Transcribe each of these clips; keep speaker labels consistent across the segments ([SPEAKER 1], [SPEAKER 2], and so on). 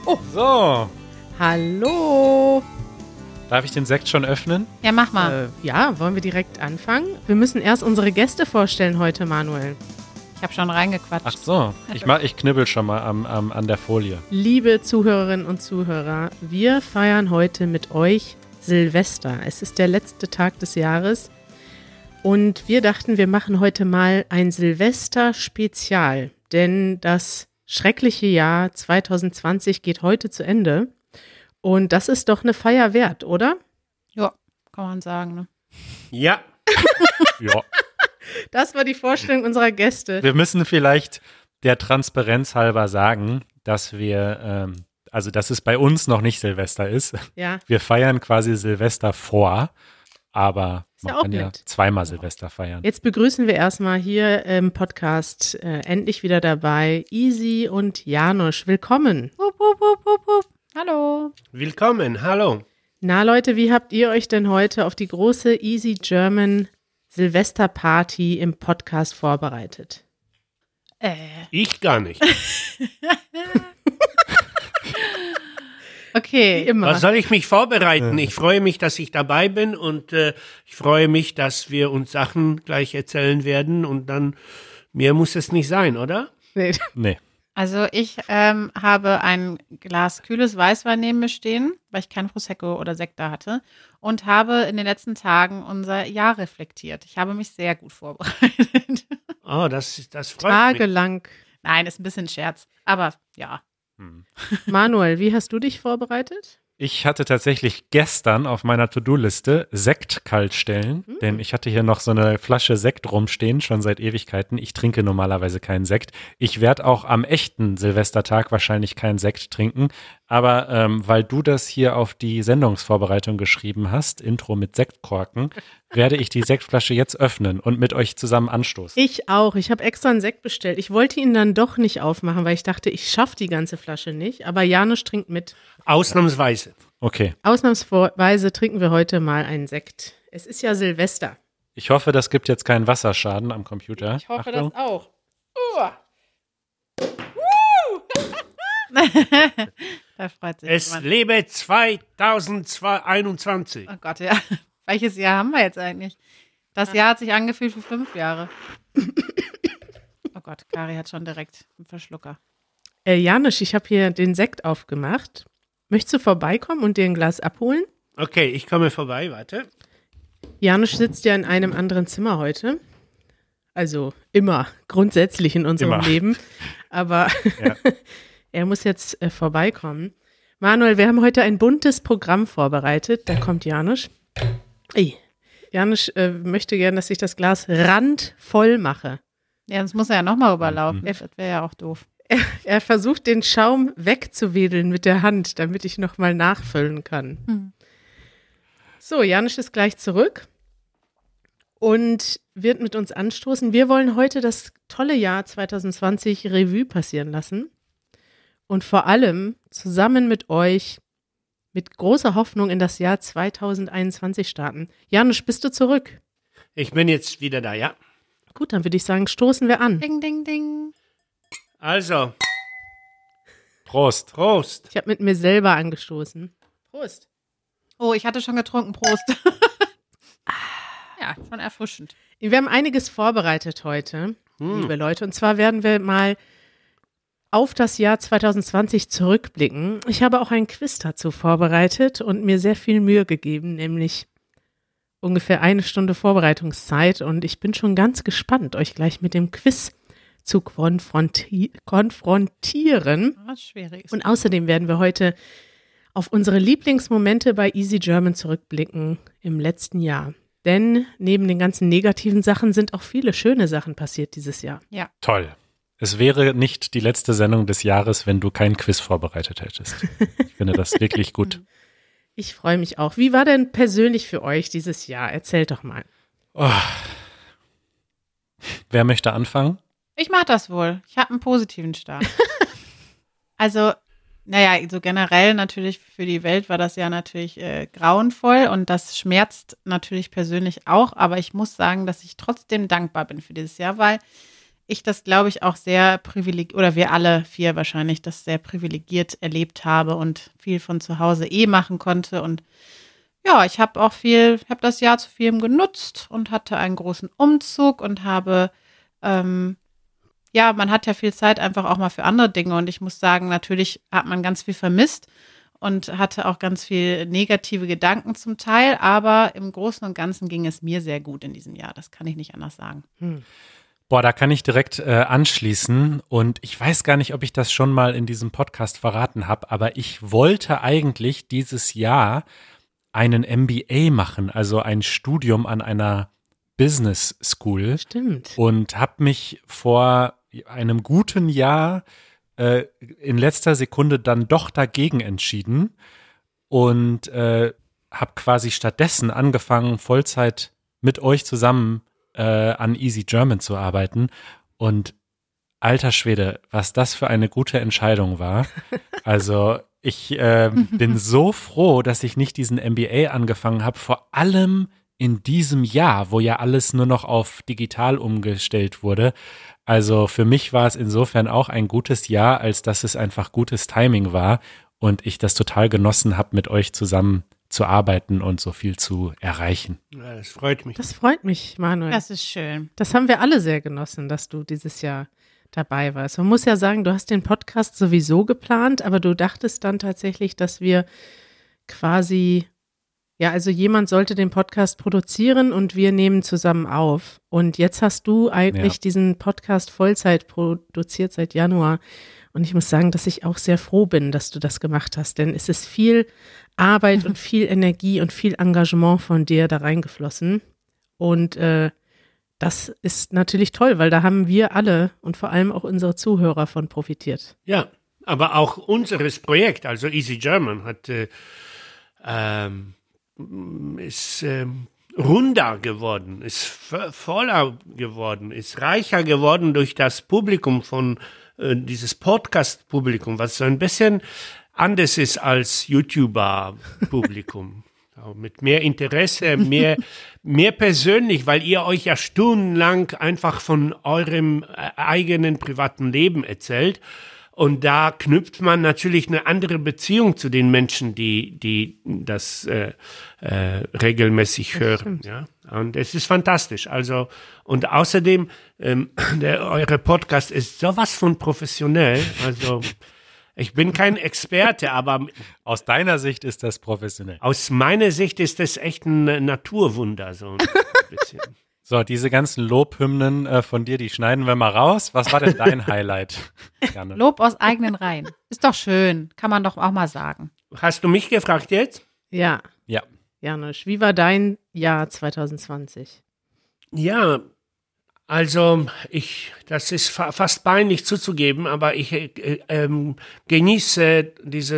[SPEAKER 1] Oh. So.
[SPEAKER 2] Hallo.
[SPEAKER 1] Darf ich den Sekt schon öffnen?
[SPEAKER 3] Ja, mach mal.
[SPEAKER 2] Ja, wollen wir direkt anfangen? Wir müssen erst unsere Gäste vorstellen heute, Manuel.
[SPEAKER 3] Ich habe schon reingequatscht.
[SPEAKER 1] Ach so, ich knibbel schon mal an der Folie.
[SPEAKER 2] Liebe Zuhörerinnen und Zuhörer, wir feiern heute mit euch Silvester. Es ist der letzte Tag des Jahres und wir dachten, wir machen heute mal ein Silvester-Spezial, denn das schreckliche Jahr 2020 geht heute zu Ende und das ist doch eine Feier wert, oder?
[SPEAKER 3] Ja, kann man sagen, ne?
[SPEAKER 4] Ja.
[SPEAKER 1] Ja.
[SPEAKER 2] Das war die Vorstellung unserer Gäste.
[SPEAKER 1] Wir müssen vielleicht der Transparenz halber sagen, dass wir, dass es bei uns noch nicht Silvester ist.
[SPEAKER 2] Ja.
[SPEAKER 1] Wir feiern quasi Silvester vor, aber
[SPEAKER 2] Ist ja
[SPEAKER 1] man
[SPEAKER 2] auch
[SPEAKER 1] kann ja
[SPEAKER 2] nett.
[SPEAKER 1] zweimal Silvester feiern.
[SPEAKER 2] Jetzt begrüßen wir erstmal hier im Podcast endlich wieder dabei Isi und Janusz. Willkommen.
[SPEAKER 3] Wupp, wupp, wupp, wupp, wupp. Hallo.
[SPEAKER 4] Willkommen, hallo.
[SPEAKER 2] Na Leute, wie habt ihr euch denn heute auf die große Easy German Silvesterparty im Podcast vorbereitet?
[SPEAKER 4] Ich gar nicht.
[SPEAKER 3] Okay.
[SPEAKER 2] Wie immer.
[SPEAKER 4] Was soll ich mich vorbereiten? Ich freue mich, dass ich dabei bin und ich freue mich, dass wir uns Sachen gleich erzählen werden und dann, mehr muss es nicht sein, oder?
[SPEAKER 2] Nee.
[SPEAKER 1] Nee.
[SPEAKER 3] Also ich habe ein Glas kühles Weißwein neben mir stehen, weil ich kein Prosecco oder Sekt da hatte und habe in den letzten Tagen unser Jahr reflektiert. Ich habe mich sehr gut vorbereitet.
[SPEAKER 4] Oh, das freut mich.
[SPEAKER 2] Tagelang.
[SPEAKER 3] Nein, ist ein bisschen Scherz, aber ja.
[SPEAKER 2] Manuel, wie hast du dich vorbereitet?
[SPEAKER 1] Ich hatte tatsächlich gestern auf meiner To-Do-Liste Sekt kalt stellen, denn ich hatte hier noch so eine Flasche Sekt rumstehen, schon seit Ewigkeiten. Ich trinke normalerweise keinen Sekt. Ich werde auch am echten Silvestertag wahrscheinlich keinen Sekt trinken, aber weil du das hier auf die Sendungsvorbereitung geschrieben hast, Intro mit Sektkorken, werde ich die Sektflasche jetzt öffnen und mit euch zusammen anstoßen.
[SPEAKER 2] Ich auch. Ich habe extra einen Sekt bestellt. Ich wollte ihn dann doch nicht aufmachen, weil ich dachte, ich schaffe die ganze Flasche nicht. Aber Janusz trinkt mit.
[SPEAKER 4] Ausnahmsweise.
[SPEAKER 1] Okay.
[SPEAKER 2] Ausnahmsweise trinken wir heute mal einen Sekt. Es ist ja Silvester.
[SPEAKER 1] Ich hoffe, das gibt jetzt keinen Wasserschaden am Computer.
[SPEAKER 2] Ich hoffe
[SPEAKER 1] Achtung.
[SPEAKER 2] das auch.
[SPEAKER 3] Da freut sich
[SPEAKER 4] Es
[SPEAKER 3] jemand.
[SPEAKER 4] lebe 2021.
[SPEAKER 3] Oh Gott, ja. Welches Jahr haben wir jetzt eigentlich? Das Jahr hat sich angefühlt für 5 Jahre. Oh Gott, Kari hat schon direkt einen Verschlucker.
[SPEAKER 2] Janusz, ich habe hier den Sekt aufgemacht. Möchtest du vorbeikommen und dir ein Glas abholen?
[SPEAKER 4] Okay, ich komme vorbei, warte.
[SPEAKER 2] Janusz sitzt ja in einem anderen Zimmer heute. Also immer, grundsätzlich in unserem
[SPEAKER 1] Immer.
[SPEAKER 2] Leben. Aber
[SPEAKER 1] Ja.
[SPEAKER 2] er muss jetzt vorbeikommen. Manuel, wir haben heute ein buntes Programm vorbereitet. Da kommt Janusz. Ey. Janusz möchte gern, dass ich das Glas randvoll mache.
[SPEAKER 3] Ja, sonst muss er ja nochmal rüberlaufen. Das wäre ja auch doof.
[SPEAKER 2] Er versucht, den Schaum wegzuwedeln mit der Hand, damit ich nochmal nachfüllen kann.
[SPEAKER 3] Mhm.
[SPEAKER 2] So, Janusz ist gleich zurück und wird mit uns anstoßen. Wir wollen heute das tolle Jahr 2020 Revue passieren lassen und vor allem zusammen mit euch mit großer Hoffnung in das Jahr 2021 starten. Janusz, bist du zurück?
[SPEAKER 4] Ich bin jetzt wieder da, ja.
[SPEAKER 2] Gut, dann würde ich sagen, stoßen wir an.
[SPEAKER 3] Ding, ding, ding.
[SPEAKER 4] Also,
[SPEAKER 1] Prost.
[SPEAKER 4] Prost.
[SPEAKER 2] Ich habe mit mir selber angestoßen. Prost.
[SPEAKER 3] Oh, ich hatte schon getrunken. Prost. Ja, schon erfrischend.
[SPEAKER 2] Wir haben einiges vorbereitet heute, liebe Leute. Und zwar werden wir mal auf das Jahr 2020 zurückblicken. Ich habe auch ein Quiz dazu vorbereitet und mir sehr viel Mühe gegeben, nämlich ungefähr 1 Stunde Vorbereitungszeit. Und ich bin schon ganz gespannt, euch gleich mit dem Quiz zu konfrontieren.
[SPEAKER 3] Was Schwieriges.
[SPEAKER 2] Und außerdem werden wir heute auf unsere Lieblingsmomente bei Easy German zurückblicken im letzten Jahr. Denn neben den ganzen negativen Sachen sind auch viele schöne Sachen passiert dieses Jahr.
[SPEAKER 1] Toll. Es wäre nicht die letzte Sendung des Jahres, wenn du kein Quiz vorbereitet hättest. Ich finde das wirklich gut.
[SPEAKER 2] Ich freue mich auch. Wie war denn persönlich für euch dieses Jahr? Erzählt doch mal.
[SPEAKER 1] Oh. Wer möchte anfangen?
[SPEAKER 3] Ich mache das wohl. Ich habe einen positiven Start. Also, naja, so generell natürlich für die Welt war das ja natürlich grauenvoll und das schmerzt natürlich persönlich auch. Aber ich muss sagen, dass ich trotzdem dankbar bin für dieses Jahr, weil ich das, glaube ich, auch sehr privilegiert, oder wir alle 4 wahrscheinlich, das sehr privilegiert erlebt habe und viel von zu Hause machen konnte. Und ja, ich habe das Jahr zu vielem genutzt und hatte einen großen Umzug und habe, man hat ja viel Zeit einfach auch mal für andere Dinge. Und ich muss sagen, natürlich hat man ganz viel vermisst und hatte auch ganz viel negative Gedanken zum Teil. Aber im Großen und Ganzen ging es mir sehr gut in diesem Jahr. Das kann ich nicht anders sagen.
[SPEAKER 1] Boah, da kann ich direkt anschließen und ich weiß gar nicht, ob ich das schon mal in diesem Podcast verraten habe, aber ich wollte eigentlich dieses Jahr einen MBA machen, also ein Studium an einer Business School.
[SPEAKER 2] Stimmt.
[SPEAKER 1] Und habe mich vor einem guten Jahr in letzter Sekunde dann doch dagegen entschieden und habe quasi stattdessen angefangen, Vollzeit mit euch zusammen an Easy German zu arbeiten. Und alter Schwede, was das für eine gute Entscheidung war. Also ich bin so froh, dass ich nicht diesen MBA angefangen habe, vor allem in diesem Jahr, wo ja alles nur noch auf digital umgestellt wurde. Also für mich war es insofern auch ein gutes Jahr, als dass es einfach gutes Timing war und ich das total genossen habe, mit euch zusammen zu arbeiten und so viel zu erreichen.
[SPEAKER 4] Ja, das freut mich.
[SPEAKER 2] Das freut mich, Manuel.
[SPEAKER 3] Das ist schön.
[SPEAKER 2] Das haben wir alle sehr genossen, dass du dieses Jahr dabei warst. Man muss ja sagen, du hast den Podcast sowieso geplant, aber du dachtest dann tatsächlich, dass wir quasi, ja, also jemand sollte den Podcast produzieren und wir nehmen zusammen auf. Und jetzt hast du eigentlich diesen Podcast Vollzeit produziert seit Januar. Und ich muss sagen, dass ich auch sehr froh bin, dass du das gemacht hast, denn es ist viel Arbeit und viel Energie und viel Engagement von dir da reingeflossen. Und das ist natürlich toll, weil da haben wir alle und vor allem auch unsere Zuhörer von profitiert.
[SPEAKER 4] Ja, aber auch unseres Projekt, also Easy German, ist runder geworden, ist voller geworden, ist reicher geworden durch das Publikum von dieses Podcast-Publikum, was so ein bisschen anders ist als YouTuber-Publikum. Mit mehr Interesse, mehr persönlich, weil ihr euch ja stundenlang einfach von eurem eigenen privaten Leben erzählt. Und da knüpft man natürlich eine andere Beziehung zu den Menschen, die das regelmäßig hören. Ja? Und es ist fantastisch. Also, und außerdem, eure Podcast ist sowas von professionell. Also, ich bin kein Experte, aber
[SPEAKER 1] aus deiner Sicht ist das professionell.
[SPEAKER 4] Aus meiner Sicht ist das echt ein Naturwunder, so ein bisschen.
[SPEAKER 1] So, diese ganzen Lobhymnen von dir, die schneiden wir mal raus. Was war denn dein Highlight? Gerne.
[SPEAKER 3] Lob aus eigenen Reihen. Ist doch schön. Kann man doch auch mal sagen.
[SPEAKER 4] Hast du mich gefragt jetzt?
[SPEAKER 2] Ja.
[SPEAKER 1] Ja.
[SPEAKER 2] Janusz, wie war dein Jahr 2020?
[SPEAKER 4] Ja, also das ist fast peinlich zuzugeben, aber ich genieße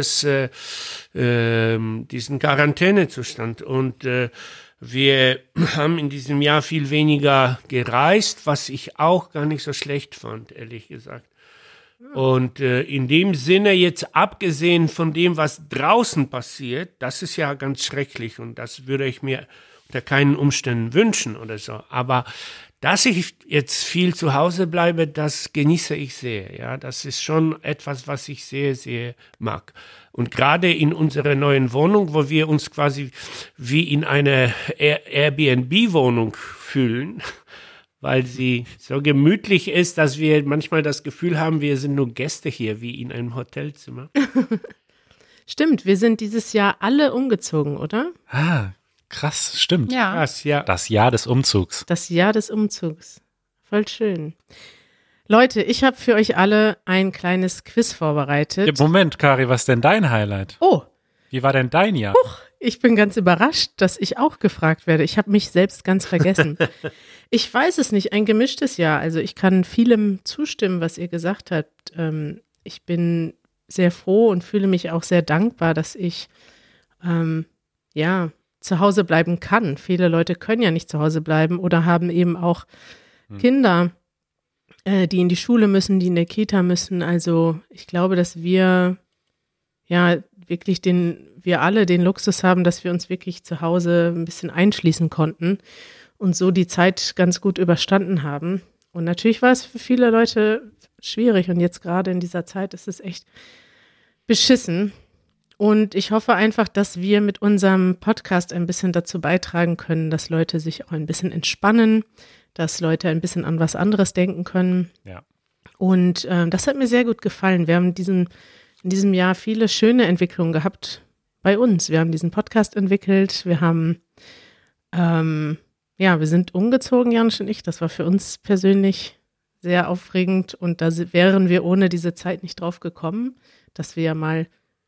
[SPEAKER 4] diesen Quarantänezustand und wir haben in diesem Jahr viel weniger gereist, was ich auch gar nicht so schlecht fand, ehrlich gesagt. Und in dem Sinne jetzt abgesehen von dem, was draußen passiert, das ist ja ganz schrecklich und das würde ich mir unter keinen Umständen wünschen oder so. Aber dass ich jetzt viel zu Hause bleibe, das genieße ich sehr. Ja, das ist schon etwas, was ich sehr, sehr mag. Und gerade in unserer neuen Wohnung, wo wir uns quasi wie in einer Airbnb-Wohnung fühlen, weil sie so gemütlich ist, dass wir manchmal das Gefühl haben, wir sind nur Gäste hier, wie in einem Hotelzimmer.
[SPEAKER 2] Stimmt, wir sind dieses Jahr alle umgezogen, oder?
[SPEAKER 1] Ah, krass, stimmt.
[SPEAKER 3] Ja.
[SPEAKER 4] Krass, ja.
[SPEAKER 1] Das Jahr des Umzugs.
[SPEAKER 2] Das Jahr des Umzugs. Voll schön. Leute, ich habe für euch alle ein kleines Quiz vorbereitet.
[SPEAKER 1] Ja, Moment, Kari, was ist denn dein Highlight?
[SPEAKER 2] Oh,
[SPEAKER 1] Wie war denn dein Jahr?
[SPEAKER 2] ich bin ganz überrascht, dass ich auch gefragt werde. Ich habe mich selbst ganz vergessen. Ich weiß es nicht, ein gemischtes Jahr. Also ich kann vielem zustimmen, was ihr gesagt habt. Ich bin sehr froh und fühle mich auch sehr dankbar, dass ich zu Hause bleiben kann. Viele Leute können ja nicht zu Hause bleiben oder haben eben auch Kinder, die in die Schule müssen, die in der Kita müssen. Also ich glaube, dass wir wirklich wir alle den Luxus haben, dass wir uns wirklich zu Hause ein bisschen einschließen konnten und so die Zeit ganz gut überstanden haben. Und natürlich war es für viele Leute schwierig und jetzt gerade in dieser Zeit ist es echt beschissen. Und ich hoffe einfach, dass wir mit unserem Podcast ein bisschen dazu beitragen können, dass Leute sich auch ein bisschen entspannen, dass Leute ein bisschen an was anderes denken können.
[SPEAKER 1] Ja.
[SPEAKER 2] Und das hat mir sehr gut gefallen. Wir haben in diesem Jahr viele schöne Entwicklungen gehabt bei uns. Wir haben diesen Podcast entwickelt. Wir haben, wir sind umgezogen, Janusz und ich. Das war für uns persönlich sehr aufregend. Und da wären wir ohne diese Zeit nicht drauf gekommen, dass wir ja mal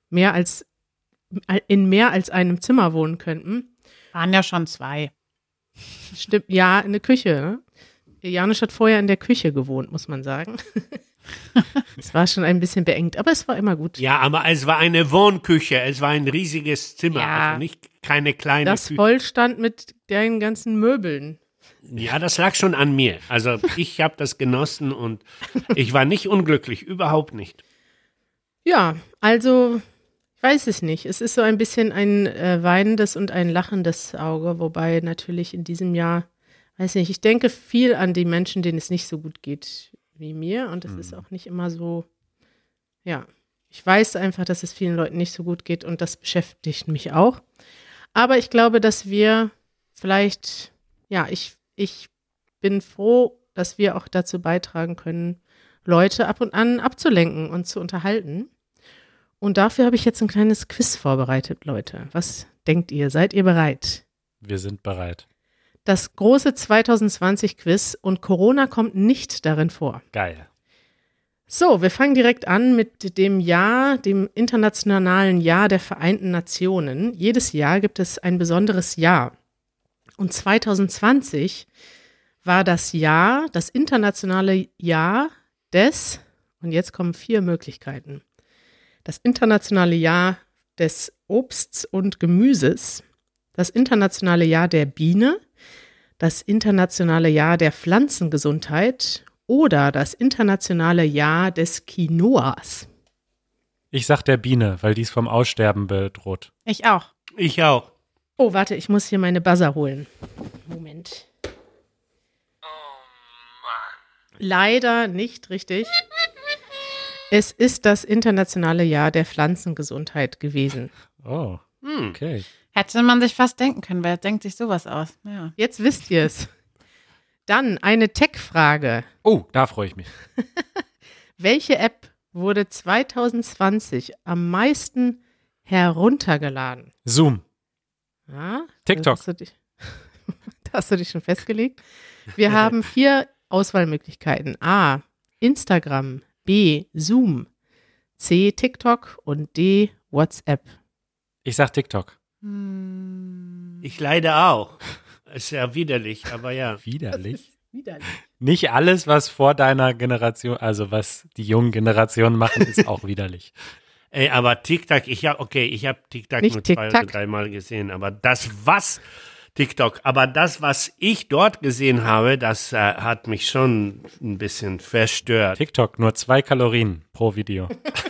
[SPEAKER 2] in mehr als einem Zimmer wohnen könnten.
[SPEAKER 3] Waren ja schon 2.
[SPEAKER 2] Stimmt, ja, in der Küche. Ne? Janusz hat vorher in der Küche gewohnt, muss man sagen. Es war schon ein bisschen beengt, aber es war immer gut.
[SPEAKER 4] Ja, aber es war eine Wohnküche, es war ein riesiges Zimmer,
[SPEAKER 3] Ja.
[SPEAKER 4] also nicht keine kleine
[SPEAKER 2] Das
[SPEAKER 4] Küche.
[SPEAKER 2] voll stand mit den ganzen Möbeln.
[SPEAKER 4] Ja, das lag schon an mir. Also ich habe das genossen und ich war nicht unglücklich, überhaupt nicht.
[SPEAKER 2] Ja, also, ich weiß es nicht. Es ist so ein bisschen ein weinendes und ein lachendes Auge, wobei natürlich in diesem Jahr, weiß nicht, ich denke viel an die Menschen, denen es nicht so gut geht wie mir und es ist auch nicht immer so, ja, ich weiß einfach, dass es vielen Leuten nicht so gut geht und das beschäftigt mich auch. Aber ich glaube, dass wir vielleicht, ja, ich bin froh, dass wir auch dazu beitragen können, Leute ab und an abzulenken und zu unterhalten. Und dafür habe ich jetzt ein kleines Quiz vorbereitet, Leute. Was denkt ihr? Seid ihr bereit?
[SPEAKER 1] Wir sind bereit.
[SPEAKER 2] Das große 2020-Quiz und Corona kommt nicht darin vor.
[SPEAKER 1] Geil.
[SPEAKER 2] So, wir fangen direkt an mit dem Jahr, dem internationalen Jahr der Vereinten Nationen. Jedes Jahr gibt es ein besonderes Jahr. Und 2020 war das internationale Jahr des, und jetzt kommen 4 Möglichkeiten. Das internationale Jahr des Obsts und Gemüses, das internationale Jahr der Biene, das internationale Jahr der Pflanzengesundheit oder das internationale Jahr des Quinoas.
[SPEAKER 1] Ich sag der Biene, weil die ist vom Aussterben bedroht.
[SPEAKER 3] Ich auch.
[SPEAKER 4] Ich auch.
[SPEAKER 2] Oh, warte, ich muss hier meine Buzzer holen. Moment. Leider nicht richtig. Es ist das internationale Jahr der Pflanzengesundheit gewesen.
[SPEAKER 1] Oh, okay.
[SPEAKER 3] Hätte man sich fast denken können, wer denkt sich sowas aus? Ja.
[SPEAKER 2] Jetzt wisst ihr es. Dann eine Tech-Frage.
[SPEAKER 1] Oh, da freue ich mich.
[SPEAKER 2] Welche App wurde 2020 am meisten heruntergeladen?
[SPEAKER 1] Zoom.
[SPEAKER 2] Ja,
[SPEAKER 1] TikTok.
[SPEAKER 2] Da hast du dich schon festgelegt. Wir haben 4 Auswahlmöglichkeiten. A, Instagram, B, Zoom, C, TikTok und D, WhatsApp.
[SPEAKER 1] Ich sag TikTok.
[SPEAKER 4] Ich leider auch. Ist ja widerlich, aber ja.
[SPEAKER 1] Widerlich.
[SPEAKER 2] Widerlich.
[SPEAKER 1] Nicht alles, was vor deiner Generation, also was die jungen Generationen machen, ist auch widerlich.
[SPEAKER 4] Ey, aber TikTok, ich habe TikTok
[SPEAKER 2] Nicht
[SPEAKER 4] nur 2 oder
[SPEAKER 2] TikTok.
[SPEAKER 4] 3 Mal gesehen, aber das, was ich dort gesehen habe, das hat mich schon ein bisschen verstört.
[SPEAKER 1] TikTok, nur 2 Kalorien pro Video.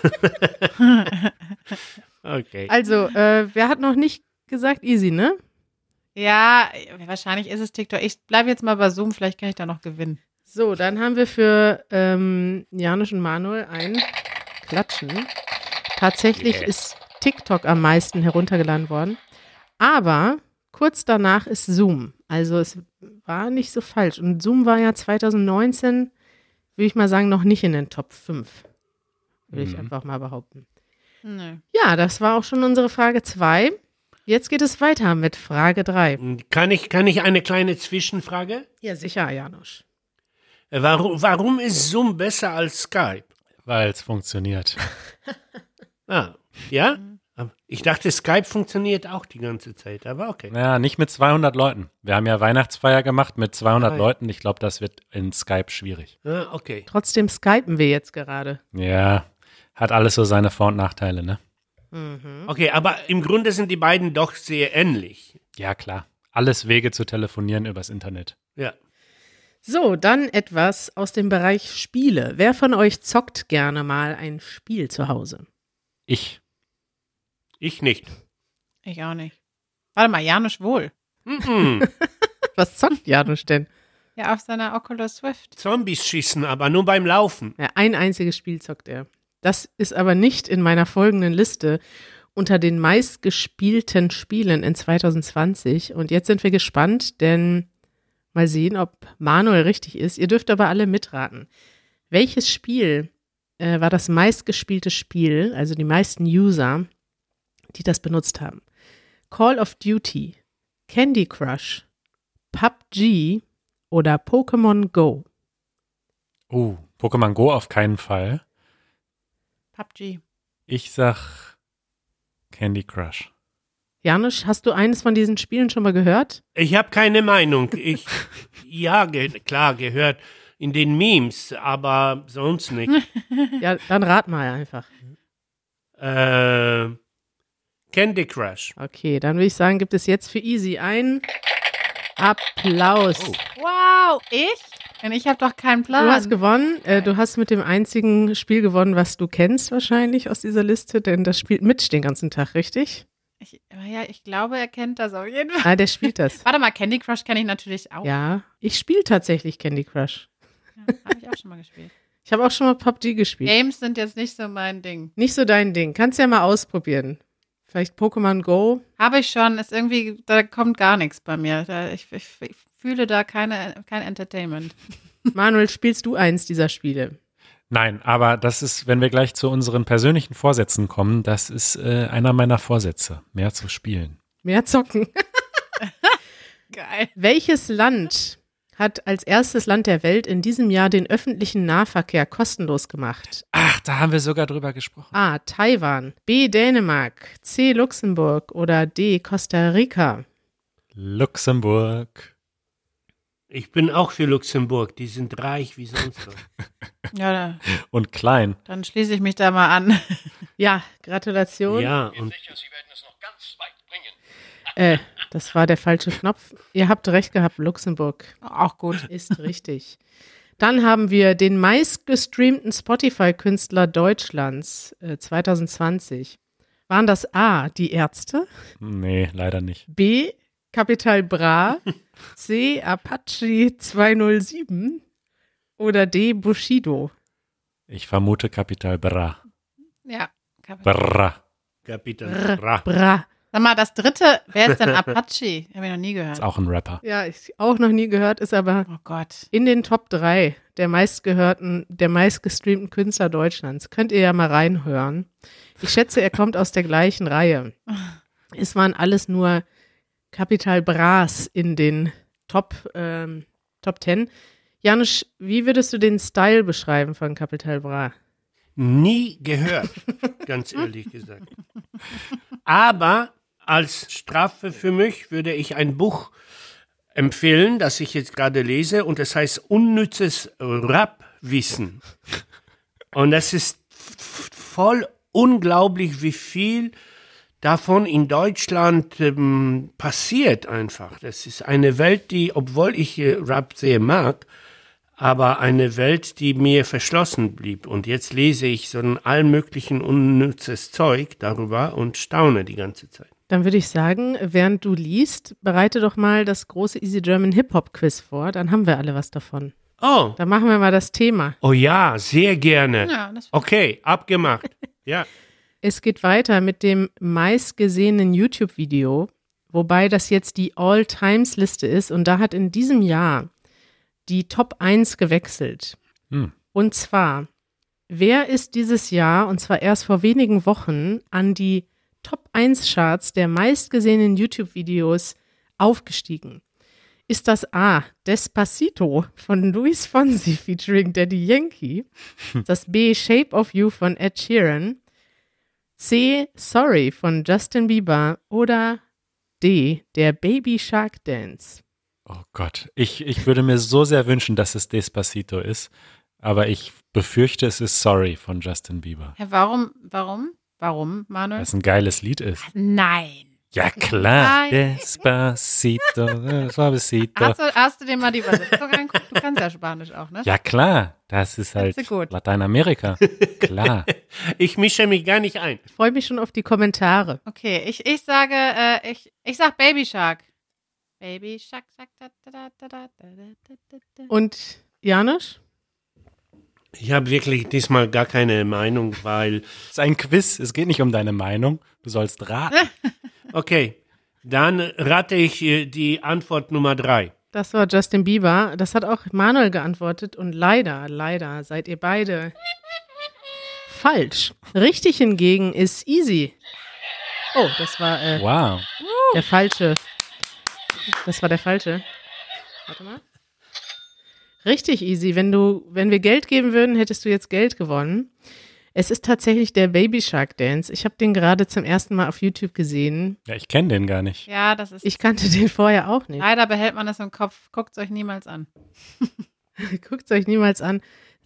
[SPEAKER 4] Okay.
[SPEAKER 2] Also, wer hat noch nicht gesagt easy, ne?
[SPEAKER 3] Ja, wahrscheinlich ist es TikTok. Ich bleibe jetzt mal bei Zoom, vielleicht kann ich da noch gewinnen.
[SPEAKER 2] So, dann haben wir für Janusz und Manuel ein Klatschen. Tatsächlich ist TikTok am meisten heruntergeladen worden. Aber kurz danach ist Zoom. Also es war nicht so falsch. Und Zoom war ja 2019, würde ich mal sagen, noch nicht in den Top 5. Würde ich einfach mal behaupten.
[SPEAKER 3] Nö.
[SPEAKER 2] Ja, das war auch schon unsere Frage 2. Jetzt geht es weiter mit Frage 3.
[SPEAKER 4] Kann ich eine kleine Zwischenfrage?
[SPEAKER 2] Ja, sicher, Janusz.
[SPEAKER 4] Warum ist Zoom besser als Skype?
[SPEAKER 1] Weil es funktioniert.
[SPEAKER 4] Ah, ja? Ich dachte, Skype funktioniert auch die ganze Zeit, aber okay.
[SPEAKER 1] Naja, nicht mit 200 Leuten. Wir haben ja Weihnachtsfeier gemacht mit 200
[SPEAKER 4] Nein.
[SPEAKER 1] Leuten. Ich glaube, das wird in Skype schwierig.
[SPEAKER 4] Ah, okay.
[SPEAKER 2] Trotzdem skypen wir jetzt gerade.
[SPEAKER 1] Ja, hat alles so seine Vor- und Nachteile, ne?
[SPEAKER 4] Okay, aber im Grunde sind die beiden doch sehr ähnlich.
[SPEAKER 1] Ja, klar. Alles Wege zu telefonieren übers Internet.
[SPEAKER 4] Ja.
[SPEAKER 2] So, dann etwas aus dem Bereich Spiele. Wer von euch zockt gerne mal ein Spiel zu Hause?
[SPEAKER 1] Ich.
[SPEAKER 4] Ich nicht.
[SPEAKER 3] Ich auch nicht. Warte mal, Janusz wohl.
[SPEAKER 4] Mhm.
[SPEAKER 2] Was zockt Janusz denn?
[SPEAKER 3] Ja, auf seiner Oculus Swift.
[SPEAKER 4] Zombies schießen, aber nur beim Laufen.
[SPEAKER 2] Ja, ein einziges Spiel zockt er. Das ist aber nicht in meiner folgenden Liste unter den meistgespielten Spielen in 2020. Und jetzt sind wir gespannt, denn mal sehen, ob Manuel richtig ist. Ihr dürft aber alle mitraten. Welches Spiel war das meistgespielte Spiel, also die meisten User, die das benutzt haben? Call of Duty, Candy Crush, PUBG oder Pokémon Go?
[SPEAKER 1] Pokémon Go auf keinen Fall.
[SPEAKER 3] PUBG.
[SPEAKER 1] Ich sag Candy Crush.
[SPEAKER 2] Janusz, hast du eines von diesen Spielen schon mal gehört?
[SPEAKER 4] Ich habe keine Meinung. Klar, gehört in den Memes, aber sonst nicht.
[SPEAKER 2] Ja, dann rat mal einfach.
[SPEAKER 4] Candy Crush.
[SPEAKER 2] Okay, dann würde ich sagen, gibt es jetzt für Easy einen Applaus.
[SPEAKER 4] Oh.
[SPEAKER 3] Wow, ich? Und ich habe doch keinen Plan.
[SPEAKER 2] Du hast gewonnen. Du hast mit dem einzigen Spiel gewonnen, was du kennst wahrscheinlich aus dieser Liste, denn das spielt Mitch den ganzen Tag, richtig?
[SPEAKER 3] Ich glaube, er kennt das auf jeden Fall.
[SPEAKER 2] Ah, der spielt das.
[SPEAKER 3] Warte mal, Candy Crush kenne ich natürlich auch.
[SPEAKER 2] Ja, ich spiele tatsächlich Candy Crush.
[SPEAKER 3] Ja, habe ich auch schon mal gespielt.
[SPEAKER 2] Ich habe auch schon mal PUBG gespielt.
[SPEAKER 3] Games sind jetzt nicht so mein Ding.
[SPEAKER 2] Nicht so dein Ding. Kannst ja mal ausprobieren. Vielleicht Pokémon Go.
[SPEAKER 3] Habe ich schon, ist irgendwie, da kommt gar nichts bei mir. Ich fühle da kein Entertainment.
[SPEAKER 2] Manuel, spielst du eins dieser Spiele?
[SPEAKER 1] Nein, aber das ist, wenn wir gleich zu unseren persönlichen Vorsätzen kommen, das ist einer meiner Vorsätze, mehr zu spielen.
[SPEAKER 2] Mehr zocken.
[SPEAKER 3] Geil.
[SPEAKER 2] Welches Land hat als erstes Land der Welt in diesem Jahr den öffentlichen Nahverkehr kostenlos gemacht?
[SPEAKER 1] Ach, da haben wir sogar drüber gesprochen.
[SPEAKER 2] A. Taiwan, B. Dänemark, C. Luxemburg oder D. Costa Rica?
[SPEAKER 1] Luxemburg.
[SPEAKER 4] Ich bin auch für Luxemburg. Die sind reich wie sonst was.
[SPEAKER 3] Ja,
[SPEAKER 1] Und klein.
[SPEAKER 3] dann schließe ich mich da mal an.
[SPEAKER 2] Ja, Gratulation.
[SPEAKER 4] Ja, und
[SPEAKER 2] Das war der falsche Knopf. Ihr habt recht gehabt, Luxemburg
[SPEAKER 3] Auch gut.
[SPEAKER 2] ist richtig. Dann haben wir den meistgestreamten Spotify-Künstler Deutschlands 2020. Waren das A, die Ärzte,
[SPEAKER 1] Nee, leider nicht.
[SPEAKER 2] B, Capital Bra, C, Apache 207 oder D, Bushido?
[SPEAKER 1] Ich vermute Capital Bra.
[SPEAKER 3] Ja.
[SPEAKER 1] Bra.
[SPEAKER 4] Kapital Bra.
[SPEAKER 2] Bra.
[SPEAKER 3] Sag mal, das dritte, wer ist denn Apache? Habe ich noch nie gehört.
[SPEAKER 1] Ist auch ein Rapper.
[SPEAKER 2] Ja, ich auch noch nie gehört, ist aber
[SPEAKER 3] Oh Gott.
[SPEAKER 2] in den Top 3 der meistgestreamten Künstler Deutschlands. Könnt ihr ja mal reinhören. Ich schätze, er kommt aus der gleichen Reihe. Es waren alles nur Capital Bras in den Top 10. Janusz, wie würdest du den Style beschreiben von Capital Bra?
[SPEAKER 4] Nie gehört, ganz ehrlich gesagt. Aber als Strafe für mich würde ich ein Buch empfehlen, das ich jetzt gerade lese, und das heißt Unnützes Rap-Wissen. Und das ist voll unglaublich, wie viel davon in Deutschland passiert einfach. Das ist eine Welt, die, obwohl ich Rap sehr mag, aber eine Welt, die mir verschlossen blieb. Und jetzt lese ich so ein allen möglichen unnützes Zeug darüber und staune die ganze Zeit.
[SPEAKER 2] Dann würde ich sagen, während du liest, bereite doch mal das große Easy German Hip-Hop-Quiz vor. Dann haben wir alle was davon.
[SPEAKER 4] Oh,
[SPEAKER 2] Dann machen wir mal das Thema.
[SPEAKER 4] oh ja, sehr gerne.
[SPEAKER 3] Ja, das
[SPEAKER 4] Okay, abgemacht. Ja.
[SPEAKER 2] Es geht weiter mit dem meistgesehenen YouTube-Video, wobei das jetzt die All-Times-Liste ist und da hat in diesem Jahr die Top 1 gewechselt. Und zwar, wer ist dieses Jahr, und zwar erst vor wenigen Wochen, an die Top 1 Charts der meistgesehenen YouTube-Videos aufgestiegen? Ist das A, Despacito von Luis Fonsi featuring Daddy Yankee? Ist das B, Shape of You von Ed Sheeran? C, Sorry von Justin Bieber oder D, der Baby Shark Dance?
[SPEAKER 1] Oh Gott, ich würde mir so sehr wünschen, dass es Despacito ist, aber ich befürchte, es ist Sorry von Justin Bieber,
[SPEAKER 3] Ja, warum, Manuel?
[SPEAKER 1] weil es ein geiles Lied ist.
[SPEAKER 3] Nein.
[SPEAKER 1] Ja klar,
[SPEAKER 3] Nein.
[SPEAKER 1] Despacito, Suavecito.
[SPEAKER 3] Hast du dir mal die Übersetzung angeguckt? Du kannst ja Spanisch auch, ne?
[SPEAKER 1] Ja klar, das ist halt
[SPEAKER 3] Findest du gut?
[SPEAKER 1] Lateinamerika, klar.
[SPEAKER 4] Ich mische mich gar nicht ein.
[SPEAKER 2] Ich freue mich schon auf die Kommentare.
[SPEAKER 3] Okay, ich sage, ich sag Baby Shark. Baby Shark, Shark, da, da, da, da, da, da, da, da.
[SPEAKER 2] Und Janusz?
[SPEAKER 4] Ich habe wirklich diesmal gar keine Meinung, weil.
[SPEAKER 1] Es ist ein Quiz, es geht nicht um deine Meinung. Du sollst raten.
[SPEAKER 4] Okay, dann rate ich die Antwort Nummer 3.
[SPEAKER 2] Das war Justin Bieber. Das hat auch Manuel geantwortet. Und leider seid ihr beide falsch. Richtig hingegen ist Easy. Oh, das war
[SPEAKER 1] Wow.
[SPEAKER 2] der falsche. Das war der falsche. Warte mal. Richtig easy. Wenn wir Geld geben würden, hättest du jetzt Geld gewonnen. Es ist tatsächlich der Baby Shark Dance. Ich habe den gerade zum ersten Mal auf YouTube gesehen.
[SPEAKER 1] Ja, ich kenne den gar nicht.
[SPEAKER 3] Ja, das ist.
[SPEAKER 2] Ich kannte den vorher auch nicht.
[SPEAKER 3] Leider behält man das im Kopf. Guckt es euch niemals an.
[SPEAKER 2] Guckt es euch niemals an.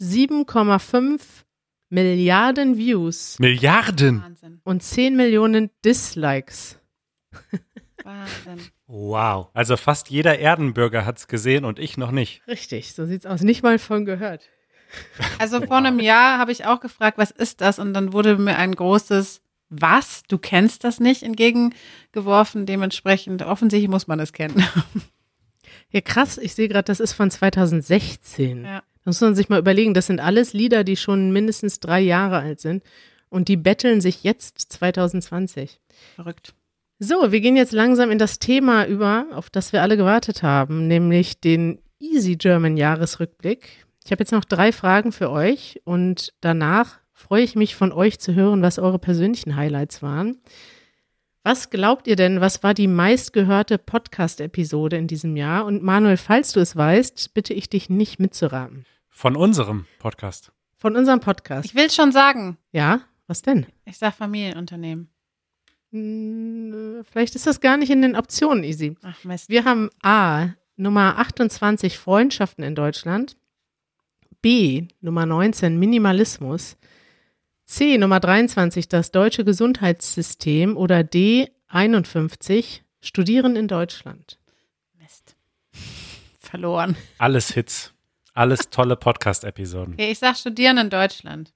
[SPEAKER 2] 7,5 Milliarden Views
[SPEAKER 1] Milliarden.
[SPEAKER 3] Wahnsinn.
[SPEAKER 2] und 10 Millionen Dislikes.
[SPEAKER 3] Wahnsinn.
[SPEAKER 4] Wow.
[SPEAKER 1] Also fast jeder Erdenbürger hat es gesehen und ich noch nicht.
[SPEAKER 2] Richtig, so sieht's aus. Nicht mal von gehört.
[SPEAKER 3] Also vor einem Jahr habe ich auch gefragt, was ist das? Und dann wurde mir ein großes Was? Du kennst das nicht? Entgegengeworfen. Dementsprechend, offensichtlich muss man es kennen.
[SPEAKER 2] Ja, krass. Ich sehe gerade, das ist von 2016.
[SPEAKER 3] Ja.
[SPEAKER 2] Da muss man sich mal überlegen, das sind alles Lieder, die schon mindestens 3 Jahre alt sind. Und die betteln sich jetzt 2020.
[SPEAKER 3] Verrückt.
[SPEAKER 2] So, wir gehen jetzt langsam in das Thema über, auf das wir alle gewartet haben, nämlich den Easy German Jahresrückblick. Ich habe jetzt noch 3 Fragen für euch und danach freue ich mich von euch zu hören, was eure persönlichen Highlights waren. Was glaubt ihr denn, was war die meistgehörte Podcast-Episode in diesem Jahr? Und Manuel, falls du es weißt, bitte ich dich nicht mitzuraten.
[SPEAKER 1] Von unserem Podcast.
[SPEAKER 2] Von unserem Podcast.
[SPEAKER 3] Ich will es schon sagen.
[SPEAKER 2] Ja, was denn?
[SPEAKER 3] Ich sage Familienunternehmen.
[SPEAKER 2] Vielleicht ist das gar nicht in den Optionen, Easy.
[SPEAKER 3] Ach Mist.
[SPEAKER 2] Wir haben A, Nummer 28 Freundschaften in Deutschland, B, Nummer 19 Minimalismus, C, Nummer 23 das deutsche Gesundheitssystem oder D, 51 Studieren in Deutschland.
[SPEAKER 3] Mist. Verloren.
[SPEAKER 1] Alles Hits. Alles tolle Podcast-Episoden.
[SPEAKER 3] Okay, ich sag Studieren in Deutschland.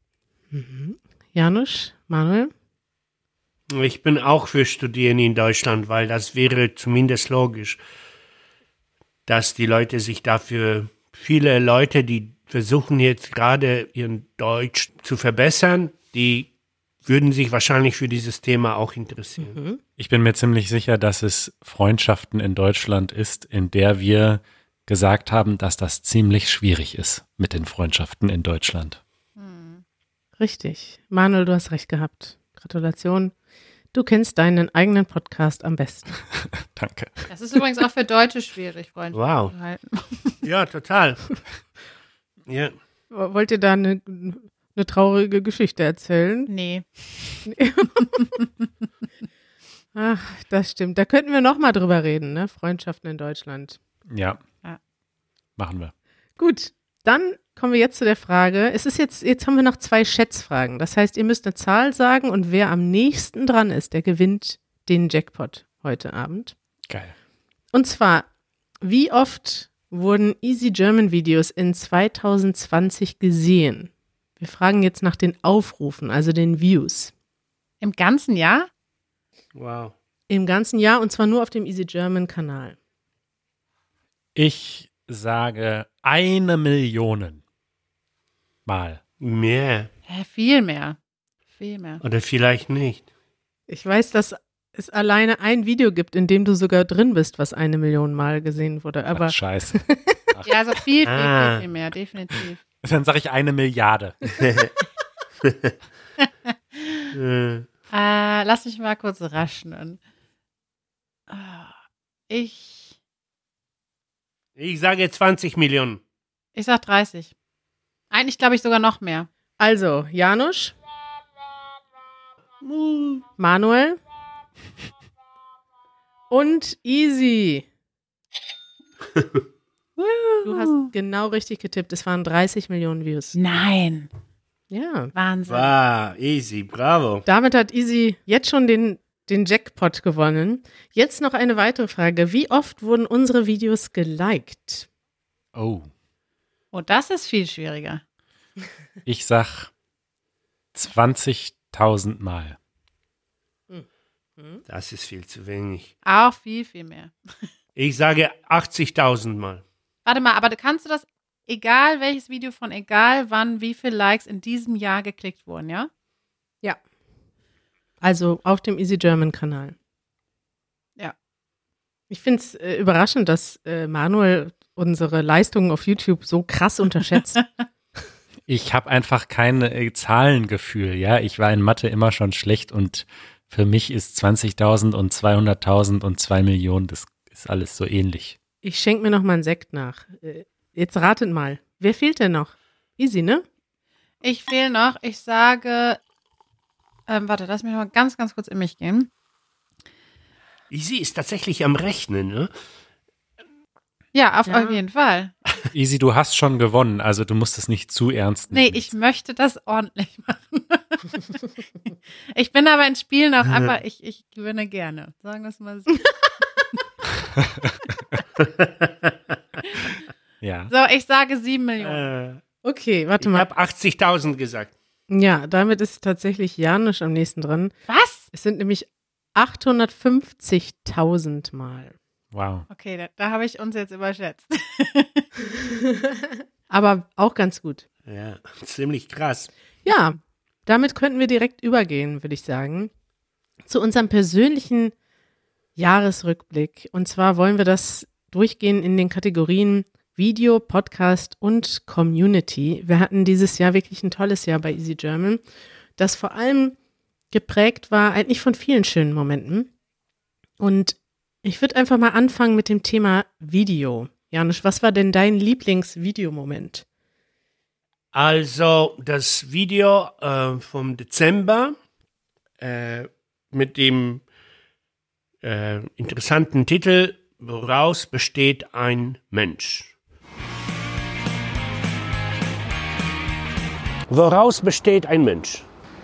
[SPEAKER 2] Janusz, Manuel?
[SPEAKER 4] Ich bin auch für Studieren in Deutschland, weil das wäre zumindest logisch, dass die Leute sich dafür, viele Leute, die versuchen jetzt gerade ihren Deutsch zu verbessern, die würden sich wahrscheinlich für dieses Thema auch interessieren.
[SPEAKER 1] Ich bin mir ziemlich sicher, dass es Freundschaften in Deutschland ist, in der wir gesagt haben, dass das ziemlich schwierig ist mit den Freundschaften in Deutschland.
[SPEAKER 2] Richtig. Manuel, du hast recht gehabt. Gratulation. Du kennst deinen eigenen Podcast am besten.
[SPEAKER 1] Danke.
[SPEAKER 3] Das ist übrigens auch für Deutsche schwierig, Freunde.
[SPEAKER 4] Wow. Ja, total. Ja.
[SPEAKER 2] Wollt ihr da eine traurige Geschichte erzählen?
[SPEAKER 3] Nee.
[SPEAKER 2] Ach, das stimmt. Da könnten wir noch mal drüber reden, ne? Freundschaften in Deutschland.
[SPEAKER 1] Ja.
[SPEAKER 3] Ja.
[SPEAKER 1] Machen wir.
[SPEAKER 2] Gut, dann kommen wir jetzt zu der Frage. Jetzt haben wir noch 2 Schätzfragen. Das heißt, ihr müsst eine Zahl sagen und wer am nächsten dran ist, der gewinnt den Jackpot heute Abend.
[SPEAKER 1] Geil.
[SPEAKER 2] Und zwar, wie oft wurden Easy German Videos in 2020 gesehen? Wir fragen jetzt nach den Aufrufen, also den Views.
[SPEAKER 3] Im ganzen Jahr?
[SPEAKER 4] Wow.
[SPEAKER 2] Im ganzen Jahr und zwar nur auf dem Easy German Kanal.
[SPEAKER 1] Ich sage 1 Million Mal.
[SPEAKER 4] Mehr.
[SPEAKER 3] Viel mehr. Viel mehr.
[SPEAKER 4] Oder vielleicht nicht.
[SPEAKER 2] Ich weiß, dass es alleine ein Video gibt, in dem du sogar drin bist, was 1 Million Mal gesehen wurde. Aber
[SPEAKER 1] Ach, scheiße.
[SPEAKER 3] Ja, also viel
[SPEAKER 4] Ah.
[SPEAKER 3] mehr, definitiv.
[SPEAKER 1] Dann sage ich 1 Milliarde.
[SPEAKER 3] Lass mich mal kurz raschen. Ich
[SPEAKER 4] Ich sage 20 Millionen.
[SPEAKER 3] sag 30. Eigentlich glaube ich sogar noch mehr.
[SPEAKER 2] also, Janusz, Manuel und Easy. Du hast genau richtig getippt. Es waren 30 Millionen Views.
[SPEAKER 3] Nein.
[SPEAKER 2] Ja.
[SPEAKER 3] Wahnsinn.
[SPEAKER 4] Wow, easy, bravo.
[SPEAKER 2] Damit hat Easy jetzt schon den Jackpot gewonnen. Jetzt noch eine weitere Frage. Wie oft wurden unsere Videos geliked?
[SPEAKER 1] Oh.
[SPEAKER 3] Oh, das ist viel schwieriger.
[SPEAKER 1] Ich sag 20.000 Mal.
[SPEAKER 4] Das ist viel zu wenig.
[SPEAKER 3] Auch viel mehr.
[SPEAKER 4] Ich sage 80.000 Mal.
[SPEAKER 3] Warte mal, aber kannst du das, egal welches Video von egal wann, wie viele Likes in diesem Jahr geklickt wurden, ja?
[SPEAKER 2] Ja. Also auf dem Easy German Kanal.
[SPEAKER 3] Ja.
[SPEAKER 2] Ich finde es überraschend, dass Manuel unsere Leistungen auf YouTube so krass unterschätzt.
[SPEAKER 1] Ich habe einfach kein Zahlengefühl, ja. Ich war in Mathe immer schon schlecht und für mich ist 20.000 und 200.000 und 2 Millionen, das ist alles so ähnlich.
[SPEAKER 2] Ich schenke mir noch mal einen Sekt nach. Jetzt ratet mal. Wer fehlt denn noch? Easy, ne?
[SPEAKER 3] Ich fehle noch, ich sage, warte, lass mich noch mal ganz, ganz kurz in mich gehen.
[SPEAKER 4] Easy ist tatsächlich am Rechnen, ne?
[SPEAKER 3] Ja, auf jeden Fall.
[SPEAKER 1] Easy, du hast schon gewonnen, also du musst es nicht zu ernst nehmen.
[SPEAKER 3] Nee, ich möchte das ordentlich machen. Ich bin aber in Spielen auch einfach, ich gewinne gerne. Sagen wir es mal so.
[SPEAKER 1] Ja.
[SPEAKER 3] So, ich sage 7 Millionen.
[SPEAKER 2] Okay, warte
[SPEAKER 4] Ich
[SPEAKER 2] mal.
[SPEAKER 4] habe 80.000 gesagt.
[SPEAKER 2] Ja, damit ist tatsächlich Janusz am nächsten dran.
[SPEAKER 3] Was?
[SPEAKER 2] Es sind nämlich 850.000 Mal.
[SPEAKER 1] Wow.
[SPEAKER 3] Okay, da habe ich uns jetzt überschätzt.
[SPEAKER 2] Aber auch ganz gut.
[SPEAKER 4] Ja, ziemlich krass.
[SPEAKER 2] Ja, damit könnten wir direkt übergehen, würde ich sagen, zu unserem persönlichen Jahresrückblick. Und zwar wollen wir das durchgehen in den Kategorien Video, Podcast und Community. Wir hatten dieses Jahr wirklich ein tolles Jahr bei Easy German, das vor allem geprägt war eigentlich von vielen schönen Momenten. Und ich würde einfach mal anfangen mit dem Thema Video. Janusz, was war denn dein Lieblingsvideomoment?
[SPEAKER 4] Also das Video vom Dezember mit dem interessanten Titel Woraus besteht ein Mensch? Woraus besteht ein Mensch?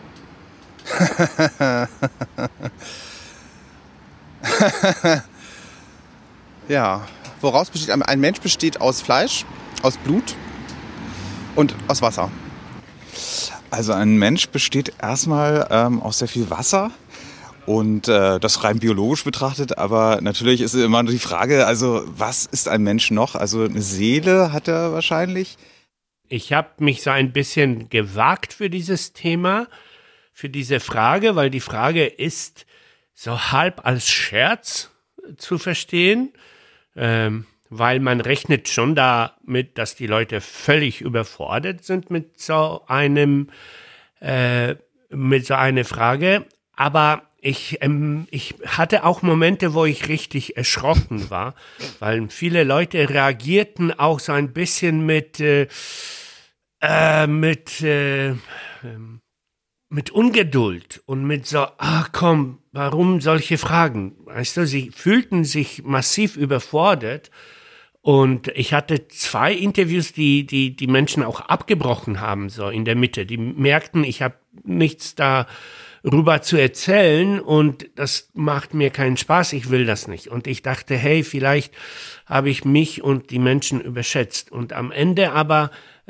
[SPEAKER 5] Ja, woraus besteht ein Mensch? Besteht aus Fleisch, aus Blut und aus Wasser.
[SPEAKER 6] Also ein Mensch besteht erstmal aus sehr viel Wasser und das rein biologisch betrachtet, aber natürlich ist immer die Frage, also was ist ein Mensch noch? Also eine Seele hat er wahrscheinlich.
[SPEAKER 4] Ich habe mich so ein bisschen gewagt für dieses Thema, für diese Frage, weil die Frage ist so halb als Scherz zu verstehen, weil man rechnet schon damit, dass die Leute völlig überfordert sind mit so einer Frage. Aber ich hatte auch Momente, wo ich richtig erschrocken war, weil viele Leute reagierten auch so ein bisschen mit Ungeduld und mit so, komm, warum solche Fragen? Weißt du, sie fühlten sich massiv überfordert und ich hatte 2 Interviews, die Menschen auch abgebrochen haben, so in der Mitte. Die merkten, ich habe nichts darüber zu erzählen und das macht mir keinen Spaß, ich will das nicht. Und ich dachte, hey, vielleicht habe ich mich und die Menschen überschätzt. Und am Ende aber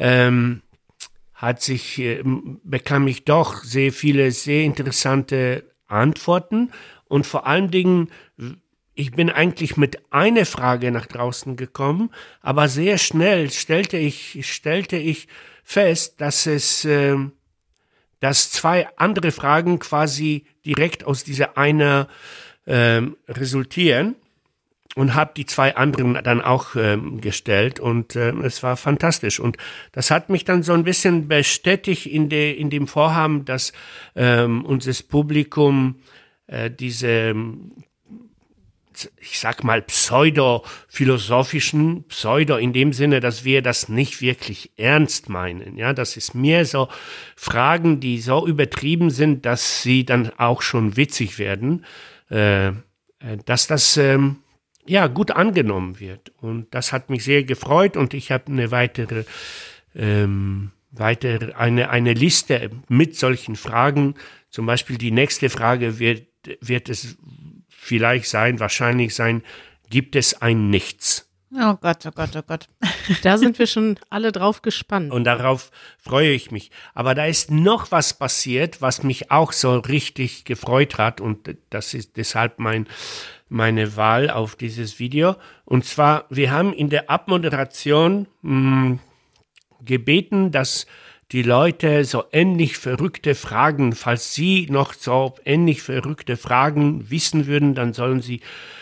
[SPEAKER 4] bekam ich doch sehr viele, sehr interessante Antworten und vor allen Dingen, ich bin eigentlich mit einer Frage nach draußen gekommen, aber sehr schnell stellte ich fest, dass 2 andere Fragen quasi direkt aus dieser einer resultieren. Und habe die 2 anderen dann auch gestellt und es war fantastisch. Und das hat mich dann so ein bisschen bestätigt in dem Vorhaben, dass unser Publikum diese, ich sag mal, pseudo-philosophischen, Pseudo in dem Sinne, dass wir das nicht wirklich ernst meinen. Ja, das ist mehr so Fragen, die so übertrieben sind, dass sie dann auch schon witzig werden, dass das gut angenommen wird. Und das hat mich sehr gefreut und ich habe eine weitere eine Liste mit solchen Fragen. Zum Beispiel die nächste Frage wird es wahrscheinlich sein, gibt es ein Nichts?
[SPEAKER 3] Oh Gott, oh Gott, oh Gott.
[SPEAKER 2] Da sind wir schon alle drauf gespannt.
[SPEAKER 4] Und darauf freue ich mich. Aber da ist noch was passiert, was mich auch so richtig gefreut hat. Und das ist deshalb meine Wahl auf dieses Video. Und zwar, wir haben in der Abmoderation gebeten, dass die Leute so ähnlich verrückte Fragen, falls sie noch so ähnlich verrückte Fragen wissen würden, dann sollen sie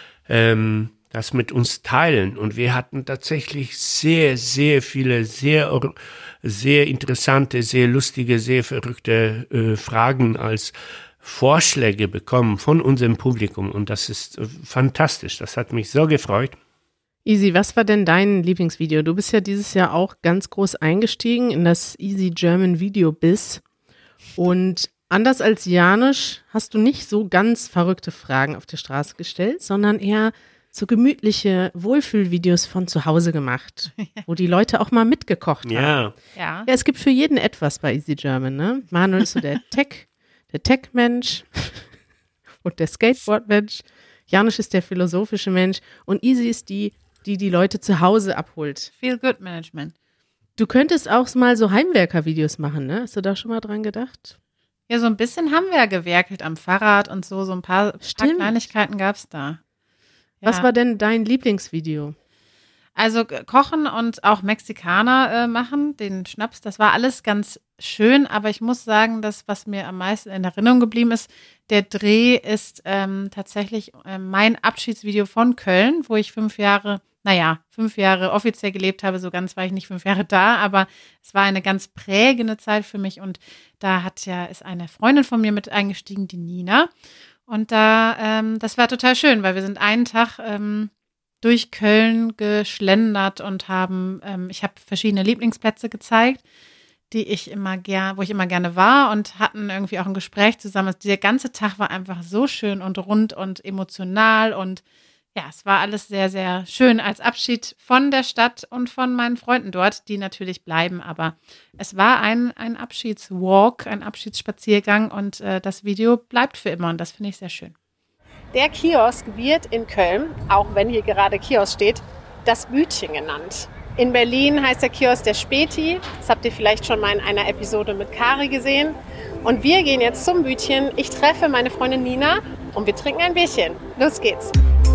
[SPEAKER 4] das mit uns teilen. Und wir hatten tatsächlich sehr, sehr viele, sehr interessante, sehr lustige, sehr verrückte Fragen als Vorschläge bekommen von unserem Publikum. Und das ist fantastisch. Das hat mich so gefreut.
[SPEAKER 2] Easy, was war denn dein Lieblingsvideo? Du bist ja dieses Jahr auch ganz groß eingestiegen in das Easy German Video Biz. Und anders als Janusz hast du nicht so ganz verrückte Fragen auf der Straße gestellt, sondern eher so gemütliche Wohlfühlvideos von zu Hause gemacht, wo die Leute auch mal mitgekocht haben.
[SPEAKER 3] Ja.
[SPEAKER 2] Ja, es gibt für jeden etwas bei Easy German, ne? Manuel ist so der Tech-Mensch und der Skateboard-Mensch. Janusz ist der philosophische Mensch und Easy ist die Leute zu Hause abholt.
[SPEAKER 3] Feel-Good-Management.
[SPEAKER 2] Du könntest auch mal so Heimwerker-Videos machen, ne? Hast du da schon mal dran gedacht?
[SPEAKER 3] Ja, so ein bisschen haben wir ja gewerkelt am Fahrrad und so ein paar Kleinigkeiten gab es da. Ja.
[SPEAKER 2] Was war denn dein Lieblingsvideo?
[SPEAKER 3] Also kochen und auch Mexikaner machen, den Schnaps, das war alles ganz schön, aber ich muss sagen, das, was mir am meisten in Erinnerung geblieben ist, der Dreh ist tatsächlich mein Abschiedsvideo von Köln, wo ich 5 Jahre offiziell gelebt habe, so ganz war ich nicht 5 Jahre da, aber es war eine ganz prägende Zeit für mich und da ist eine Freundin von mir mit eingestiegen, die Nina. Und das war total schön, weil wir sind einen Tag durch Köln geschlendert und ich habe verschiedene Lieblingsplätze gezeigt, wo ich immer gerne war und hatten irgendwie auch ein Gespräch zusammen. Also der ganze Tag war einfach so schön und rund und emotional und ja, es war alles sehr, sehr schön als Abschied von der Stadt und von meinen Freunden dort, die natürlich bleiben. Aber es war ein Abschiedswalk, ein Abschiedsspaziergang und das Video bleibt für immer und das finde ich sehr schön.
[SPEAKER 7] Der Kiosk wird in Köln, auch wenn hier gerade Kiosk steht, das Bütchen genannt. In Berlin heißt der Kiosk der Späti. Das habt ihr vielleicht schon mal in einer Episode mit Kari gesehen. Und wir gehen jetzt zum Bütchen. Ich treffe meine Freundin Nina und wir trinken ein Bierchen. Los geht's.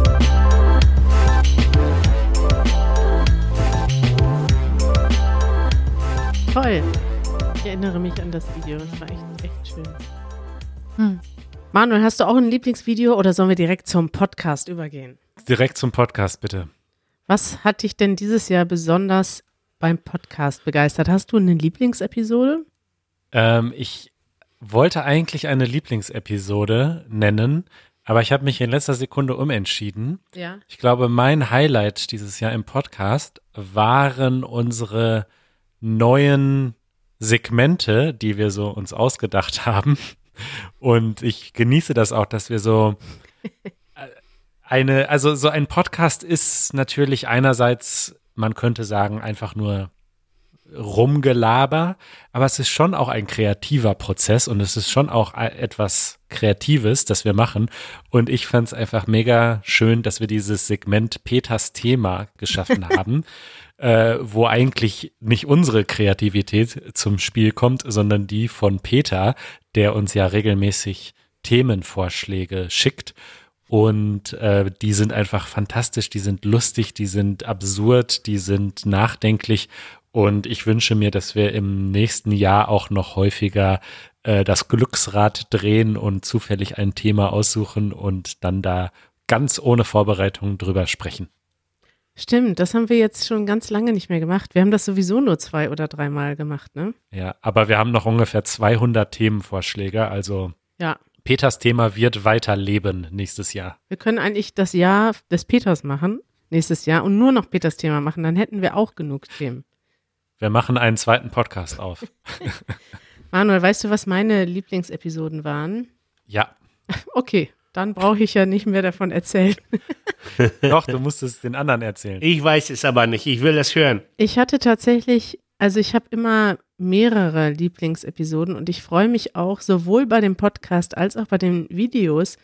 [SPEAKER 2] Toll. Ich erinnere mich an das Video. Das war echt schön. Manuel, hast du auch ein Lieblingsvideo oder sollen wir direkt zum Podcast übergehen?
[SPEAKER 1] Direkt zum Podcast, bitte.
[SPEAKER 2] Was hat dich denn dieses Jahr besonders beim Podcast begeistert? Hast du eine Lieblingsepisode?
[SPEAKER 1] Ich wollte eigentlich eine Lieblingsepisode nennen, aber ich habe mich in letzter Sekunde umentschieden.
[SPEAKER 2] Ja.
[SPEAKER 1] Ich glaube, mein Highlight dieses Jahr im Podcast waren unsere neuen Segmente, die wir so uns ausgedacht haben. Und ich genieße das auch, dass wir so so ein Podcast ist natürlich einerseits, man könnte sagen, einfach nur Rumgelaber, aber es ist schon auch ein kreativer Prozess und es ist schon auch etwas Kreatives, das wir machen. Und ich fand es einfach mega schön, dass wir dieses Segment Peters Thema geschaffen haben, wo eigentlich nicht unsere Kreativität zum Spiel kommt, sondern die von Peter, der uns ja regelmäßig Themenvorschläge schickt. Und die sind einfach fantastisch, die sind lustig, die sind absurd, die sind nachdenklich. Und ich wünsche mir, dass wir im nächsten Jahr auch noch häufiger das Glücksrad drehen und zufällig ein Thema aussuchen und dann da ganz ohne Vorbereitung drüber sprechen.
[SPEAKER 2] Stimmt, das haben wir jetzt schon ganz lange nicht mehr gemacht. Wir haben das sowieso nur 2 oder 3 Mal gemacht, ne?
[SPEAKER 1] Ja, aber wir haben noch ungefähr 200 Themenvorschläge, also
[SPEAKER 2] ja.
[SPEAKER 1] Peters Thema wird weiterleben nächstes Jahr.
[SPEAKER 2] Wir können eigentlich das Jahr des Peters machen, nächstes Jahr, und nur noch Peters Thema machen, dann hätten wir auch genug Themen.
[SPEAKER 1] Wir machen einen zweiten Podcast auf.
[SPEAKER 2] Manuel, weißt du, was meine Lieblingsepisoden waren?
[SPEAKER 1] Ja.
[SPEAKER 2] Okay, dann brauche ich ja nicht mehr davon erzählen.
[SPEAKER 1] Doch, du musst es den anderen erzählen.
[SPEAKER 4] Ich weiß es aber nicht, ich will das hören.
[SPEAKER 2] Ich hatte tatsächlich, also ich habe immer mehrere Lieblingsepisoden und ich freue mich auch sowohl bei dem Podcast als auch bei den Videos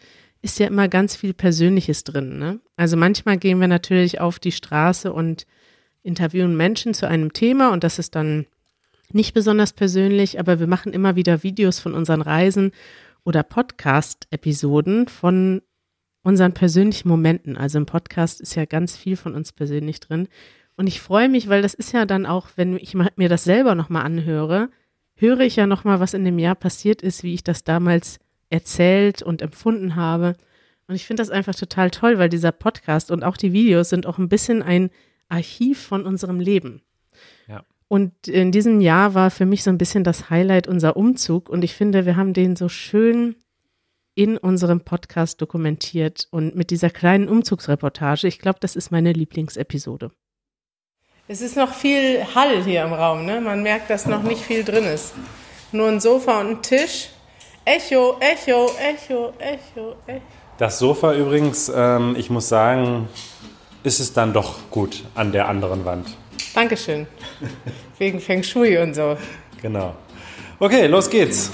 [SPEAKER 2] ist ja immer ganz viel Persönliches drin, ne? Also manchmal gehen wir natürlich auf die Straße und interviewen Menschen zu einem Thema und das ist dann nicht besonders persönlich, aber wir machen immer wieder Videos von unseren Reisen oder Podcast-Episoden von unseren persönlichen Momenten. Also im Podcast ist ja ganz viel von uns persönlich drin. Und ich freue mich, weil das ist ja dann auch, wenn ich mir das selber nochmal anhöre, höre ich ja nochmal, was in dem Jahr passiert ist, wie ich das damals erzählt und empfunden habe. Und ich finde das einfach total toll, weil dieser Podcast und auch die Videos sind auch ein bisschen ein Archiv von unserem Leben.
[SPEAKER 1] Ja.
[SPEAKER 2] Und in diesem Jahr war für mich so ein bisschen das Highlight unser Umzug. Und ich finde, wir haben den so schön in unserem Podcast dokumentiert und mit dieser kleinen Umzugsreportage. Ich glaube, das ist meine Lieblingsepisode. Es ist noch viel Hall hier im Raum, ne? Man merkt, dass noch nicht viel drin ist. Nur ein Sofa und ein Tisch. Echo, Echo, Echo, Echo, Echo.
[SPEAKER 1] Das Sofa übrigens, ich muss sagen, ist es dann doch gut an der anderen Wand.
[SPEAKER 2] Dankeschön. Wegen Feng Shui und so.
[SPEAKER 1] Genau. Okay, los geht's.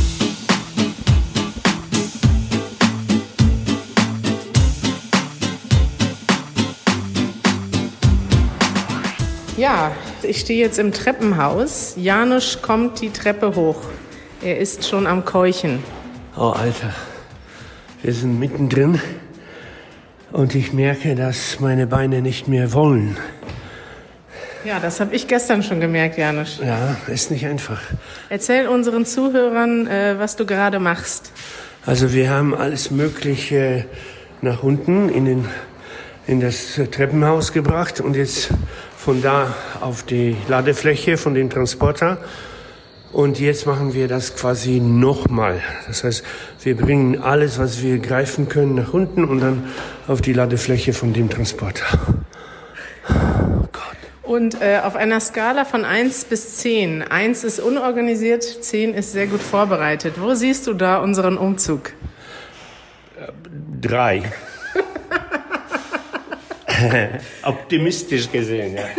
[SPEAKER 2] Ja, ich stehe jetzt im Treppenhaus. Janusz kommt die Treppe hoch. Er ist schon am Keuchen.
[SPEAKER 4] Oh, Alter. Wir sind mittendrin und ich merke, dass meine Beine nicht mehr wollen.
[SPEAKER 2] Ja, das habe ich gestern schon gemerkt, Janusz.
[SPEAKER 4] Ja, ist nicht einfach.
[SPEAKER 2] Erzähl unseren Zuhörern, was du gerade machst.
[SPEAKER 4] Also wir haben alles Mögliche nach unten in das Treppenhaus gebracht und jetzt von da auf die Ladefläche von dem Transporter. Und jetzt machen wir das quasi nochmal. Das heißt, wir bringen alles, was wir greifen können, nach unten und dann auf die Ladefläche von dem Transporter. Oh Gott.
[SPEAKER 2] Und auf einer Skala von 1 bis 10. 1 ist unorganisiert, 10 ist sehr gut vorbereitet. Wo siehst du da unseren Umzug?
[SPEAKER 4] 3. Optimistisch gesehen, ja.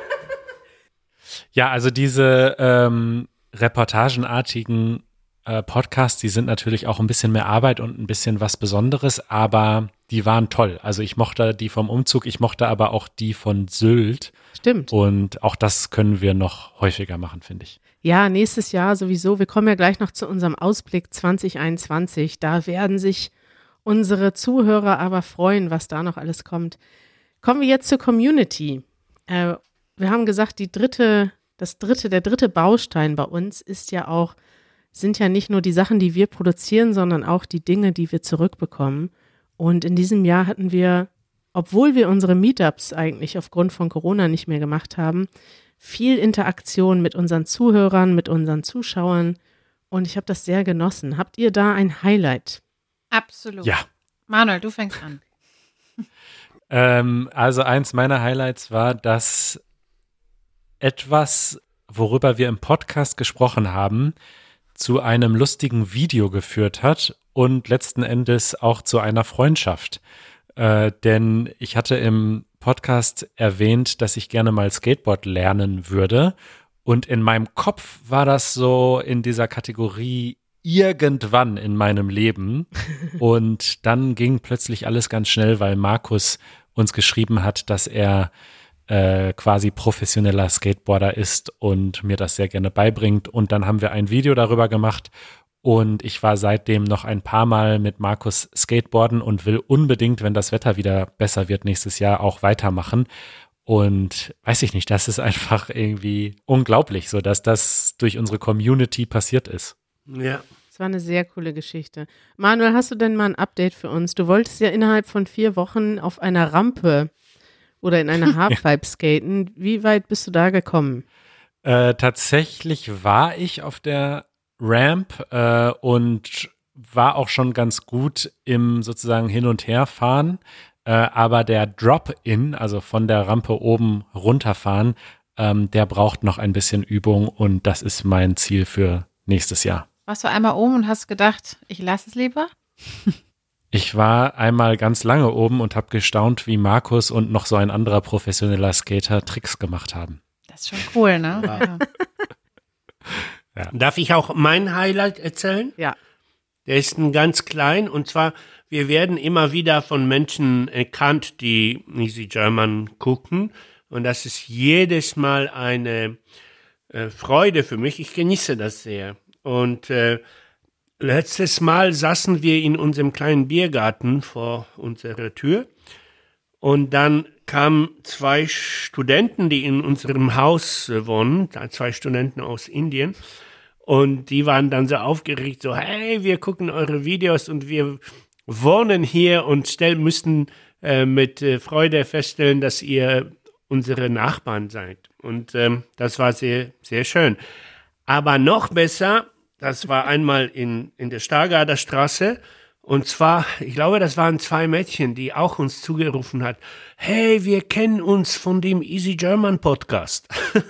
[SPEAKER 1] Ja, also diese reportagenartigen Podcasts, die sind natürlich auch ein bisschen mehr Arbeit und ein bisschen was Besonderes, aber die waren toll. Also ich mochte die vom Umzug, ich mochte aber auch die von Sylt.
[SPEAKER 2] Stimmt.
[SPEAKER 1] Und auch das können wir noch häufiger machen, finde ich.
[SPEAKER 2] Ja, nächstes Jahr sowieso. Wir kommen ja gleich noch zu unserem Ausblick 2021. Da werden sich unsere Zuhörer aber freuen, was da noch alles kommt. Kommen wir jetzt zur Community. Wir haben gesagt, der dritte Baustein bei uns sind ja nicht nur die Sachen, die wir produzieren, sondern auch die Dinge, die wir zurückbekommen. Und in diesem Jahr hatten wir, obwohl wir unsere Meetups eigentlich aufgrund von Corona nicht mehr gemacht haben, viel Interaktion mit unseren Zuhörern, mit unseren Zuschauern. Und ich habe das sehr genossen. Habt ihr da ein Highlight?
[SPEAKER 3] Absolut.
[SPEAKER 1] Ja.
[SPEAKER 3] Manuel, du fängst an.
[SPEAKER 1] Also eins meiner Highlights war, dass etwas, worüber wir im Podcast gesprochen haben, zu einem lustigen Video geführt hat und letzten Endes auch zu einer Freundschaft. Denn ich hatte im Podcast erwähnt, dass ich gerne mal Skateboard lernen würde. Und in meinem Kopf war das so in dieser Kategorie irgendwann in meinem Leben. Und dann ging plötzlich alles ganz schnell, weil Markus uns geschrieben hat, dass er quasi professioneller Skateboarder ist und mir das sehr gerne beibringt. Und dann haben wir ein Video darüber gemacht und ich war seitdem noch ein paar Mal mit Markus Skateboarden und will unbedingt, wenn das Wetter wieder besser wird nächstes Jahr, auch weitermachen. Und weiß ich nicht, das ist einfach irgendwie unglaublich, so dass das durch unsere Community passiert ist.
[SPEAKER 4] Ja.
[SPEAKER 2] Das war eine sehr coole Geschichte. Manuel, hast du denn mal ein Update für uns? Du wolltest ja innerhalb von 4 Wochen auf einer Rampe oder in einer Halfpipe skaten. Wie weit bist du da gekommen?
[SPEAKER 1] Tatsächlich war ich auf der Ramp und war auch schon ganz gut im sozusagen Hin- und Herfahren. Aber der Drop-In, also von der Rampe oben runterfahren, der braucht noch ein bisschen Übung und das ist mein Ziel für nächstes Jahr.
[SPEAKER 3] Warst du einmal oben und hast gedacht, ich lasse es lieber?
[SPEAKER 1] Ich war einmal ganz lange oben und habe gestaunt, wie Markus und noch so ein anderer professioneller Skater Tricks gemacht haben.
[SPEAKER 3] Das ist schon cool, ne?
[SPEAKER 4] Wow.
[SPEAKER 3] Ja.
[SPEAKER 4] Ja. Darf ich auch mein Highlight erzählen?
[SPEAKER 2] Ja.
[SPEAKER 4] Der ist ein ganz klein und zwar, wir werden immer wieder von Menschen erkannt, die Easy German gucken und das ist jedes Mal eine Freude für mich. Ich genieße das sehr. Und letztes Mal saßen wir in unserem kleinen Biergarten vor unserer Tür und dann kamen 2 Studenten, die in unserem Haus wohnen, 2 Studenten aus Indien. Und die waren dann so aufgeregt, so, hey, wir gucken eure Videos und wir wohnen hier und müssten mit Freude feststellen, dass ihr unsere Nachbarn seid. Und das war sehr, sehr schön. Aber noch besser, das war einmal in der Stargarder Straße. Und zwar, ich glaube, das waren 2 Mädchen, die auch uns zugerufen hat, hey, wir kennen uns von dem Easy German Podcast.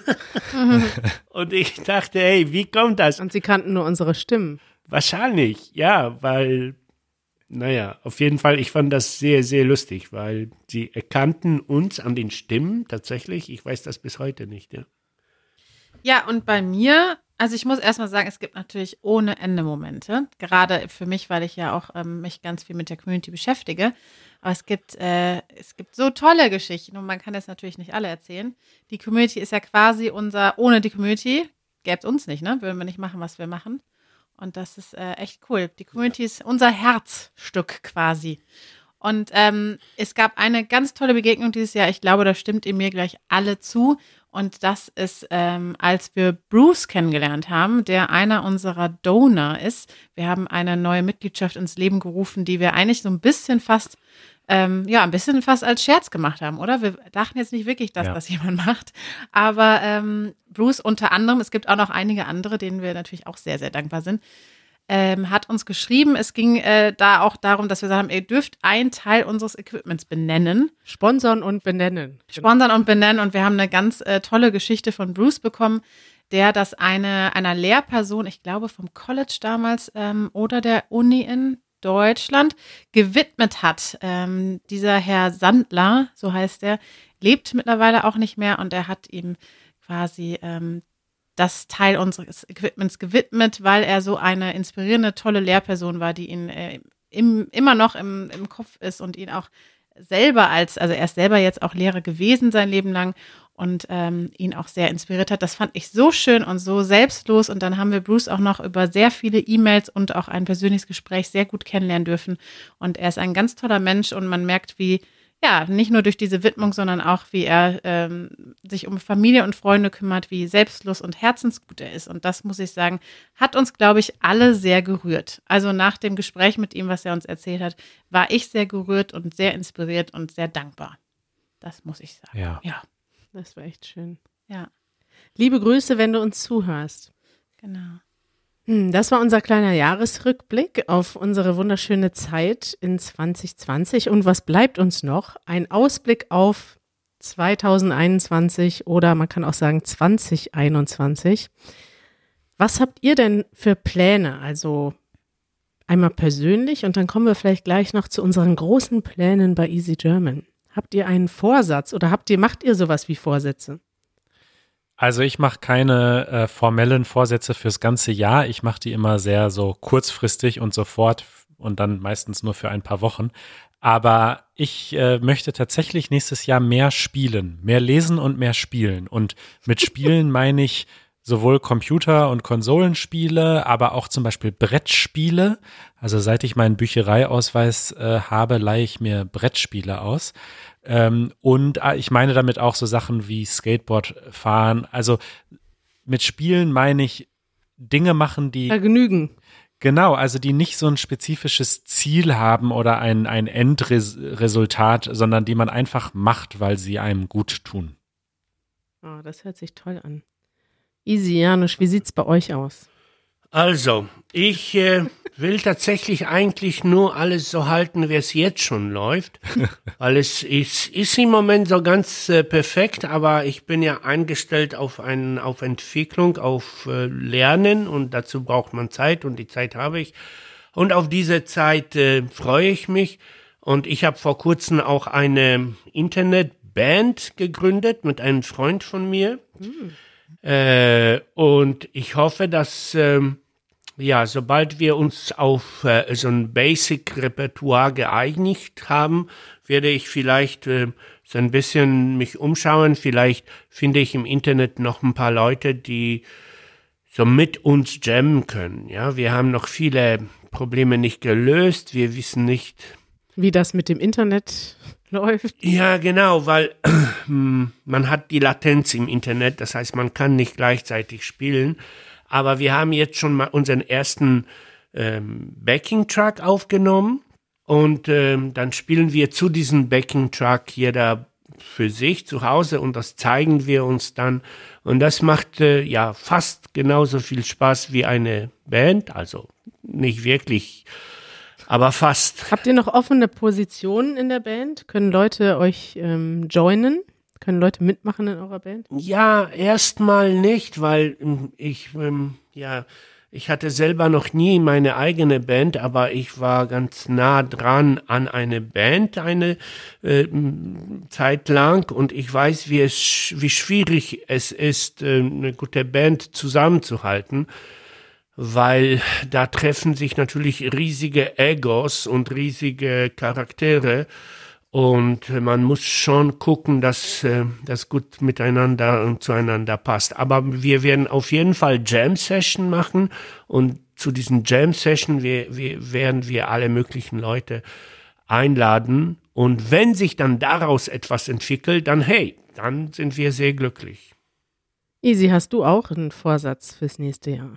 [SPEAKER 4] Und ich dachte, hey, wie kommt das?
[SPEAKER 2] Und sie kannten nur unsere Stimmen.
[SPEAKER 4] Wahrscheinlich, ja, weil, naja, auf jeden Fall, ich fand das sehr, sehr lustig, weil sie erkannten uns an den Stimmen tatsächlich. Ich weiß das bis heute nicht, ja.
[SPEAKER 3] Ja, und bei mir, also ich muss erstmal sagen, es gibt natürlich ohne Ende Momente. Gerade für mich, weil ich ja auch mich ganz viel mit der Community beschäftige. Aber es gibt so tolle Geschichten und man kann jetzt natürlich nicht alle erzählen. Die Community ist ja quasi ohne die Community gäbe es uns nicht, ne? Würden wir nicht machen, was wir machen. Und das ist echt cool. Die Community ist unser Herzstück quasi. Und es gab eine ganz tolle Begegnung dieses Jahr. Ich glaube, da stimmt ihr mir gleich alle zu. Und das ist, als wir Bruce kennengelernt haben, der einer unserer Donor ist. Wir haben eine neue Mitgliedschaft ins Leben gerufen, die wir eigentlich so ein bisschen fast als Scherz gemacht haben, oder? Wir dachten jetzt nicht wirklich, dass das jemand macht. Aber Bruce unter anderem, es gibt auch noch einige andere, denen wir natürlich auch sehr, sehr dankbar sind, hat uns geschrieben, es ging da auch darum, dass wir gesagt haben, ihr dürft einen Teil unseres Equipments benennen.
[SPEAKER 2] Sponsern und benennen.
[SPEAKER 3] Und wir haben eine ganz tolle Geschichte von Bruce bekommen, der das einer Lehrperson, ich glaube vom College damals oder der Uni in Deutschland, gewidmet hat. Dieser Herr Sandler, so heißt er, lebt mittlerweile auch nicht mehr und er hat ihm quasi das Teil unseres Equipments gewidmet, weil er so eine inspirierende, tolle Lehrperson war, die ihn immer noch im Kopf ist und ihn auch selber also er ist selber jetzt auch Lehrer gewesen sein Leben lang und ihn auch sehr inspiriert hat. Das fand ich so schön und so selbstlos und dann haben wir Bruce auch noch über sehr viele E-Mails und auch ein persönliches Gespräch sehr gut kennenlernen dürfen und er ist ein ganz toller Mensch und man merkt, wie nicht nur durch diese Widmung, sondern auch, wie er sich um Familie und Freunde kümmert, wie selbstlos und herzensgut er ist. Und das, muss ich sagen, hat uns, glaube ich, alle sehr gerührt. Also nach dem Gespräch mit ihm, was er uns erzählt hat, war ich sehr gerührt und sehr inspiriert und sehr dankbar. Das muss ich sagen.
[SPEAKER 2] Ja. Das war echt schön.
[SPEAKER 3] Ja.
[SPEAKER 2] Liebe Grüße, wenn du uns zuhörst.
[SPEAKER 3] Genau.
[SPEAKER 2] Das war unser kleiner Jahresrückblick auf unsere wunderschöne Zeit in 2020. Und was bleibt uns noch? Ein Ausblick auf 2021 oder man kann auch sagen 2021. Was habt ihr denn für Pläne? Also einmal persönlich und dann kommen wir vielleicht gleich noch zu unseren großen Plänen bei Easy German. Habt ihr einen Vorsatz oder macht ihr sowas wie Vorsätze?
[SPEAKER 1] Also ich mache keine formellen Vorsätze fürs ganze Jahr. Ich mache die immer sehr so kurzfristig und sofort und dann meistens nur für ein paar Wochen. Aber ich möchte tatsächlich nächstes Jahr mehr spielen, mehr lesen und mehr spielen. Und mit Spielen meine ich sowohl Computer- und Konsolenspiele, aber auch zum Beispiel Brettspiele. Also seit ich meinen Büchereiausweis habe, leihe ich mir Brettspiele aus. Und ich meine damit auch so Sachen wie Skateboard fahren. Also mit Spielen meine ich Dinge machen, die
[SPEAKER 2] Vergnügen.
[SPEAKER 1] Genau, also die nicht so ein spezifisches Ziel haben oder ein Endresultat, sondern die man einfach macht, weil sie einem gut tun.
[SPEAKER 2] Oh, das hört sich toll an. Easy, Janusz, wie sieht's bei euch aus?
[SPEAKER 4] Also, ich will tatsächlich eigentlich nur alles so halten, wie es jetzt schon läuft, weil es ist im Moment so ganz perfekt, aber ich bin ja eingestellt auf Entwicklung, auf Lernen und dazu braucht man Zeit und die Zeit habe ich und auf diese Zeit freue ich mich und ich habe vor kurzem auch eine Internetband gegründet mit einem Freund von mir. Und ich hoffe, dass Ja, sobald wir uns auf so ein Basic-Repertoire geeinigt haben, werde ich vielleicht so ein bisschen mich umschauen. Vielleicht finde ich im Internet noch ein paar Leute, die so mit uns jammen können. Ja, wir haben noch viele Probleme nicht gelöst. Wir wissen nicht,
[SPEAKER 2] wie das mit dem Internet läuft.
[SPEAKER 4] Ja, genau, weil man hat die Latenz im Internet. Das heißt, man kann nicht gleichzeitig spielen. Aber wir haben jetzt schon mal unseren ersten Backing-Track aufgenommen und dann spielen wir zu diesem Backing-Track jeder für sich zu Hause und das zeigen wir uns dann. Und das macht fast genauso viel Spaß wie eine Band, also nicht wirklich, aber fast.
[SPEAKER 2] Habt ihr noch offene Positionen in der Band? Können Leute euch joinen? Können Leute mitmachen in eurer Band?
[SPEAKER 4] Ja, erstmal nicht, weil ich hatte selber noch nie meine eigene Band, aber ich war ganz nah dran an eine Band eine Zeit lang und ich weiß, wie schwierig es ist, eine gute Band zusammenzuhalten, weil da treffen sich natürlich riesige Egos und riesige Charaktere. Und man muss schon gucken, dass das gut miteinander und zueinander passt. Aber wir werden auf jeden Fall Jam-Session machen. Und zu diesen Jam-Session werden wir alle möglichen Leute einladen. Und wenn sich dann daraus etwas entwickelt, dann sind wir sehr glücklich.
[SPEAKER 2] Easy, hast du auch einen Vorsatz fürs nächste Jahr?